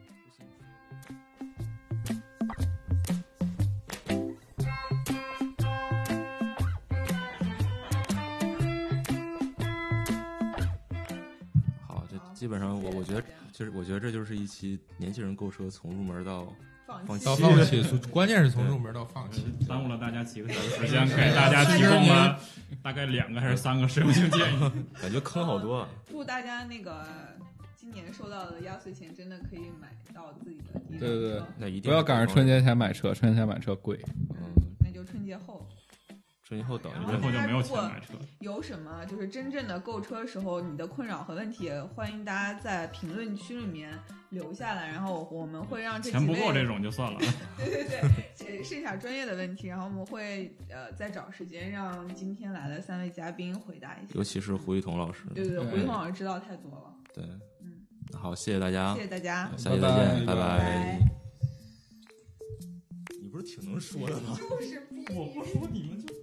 好，这基本上我觉得，就是我觉得这就是一期年轻人购车从入门到放弃到放弃，关键是从入门到放弃。 耽误了大家几个小时时间，给大家提供了大概2个还是3个实用性建议。 感觉坑好多啊。 祝大家那个今年收到的压岁钱真的可以买到自己的第一辆对对对车， 那一定不要赶上春节前买车，春节前买车贵。 那就春节后。 春节后等一之阵后就没有钱买车。 有什么就是真正的购车时候你的困扰和问题，欢迎大家在评论区里面留下来，然后我们会让这几位钱不够这种就算了。 对，剩下专业的问题，然后我们会再找时间让今天来的3位嘉宾回答一下。 尤其是胡一彤老师。 对，胡一彤老师知道太多了。 对，好，谢谢大家， 谢谢大家， 下期再见， 拜拜拜拜。 你不是挺能说的吗？ 就是我不说你们就。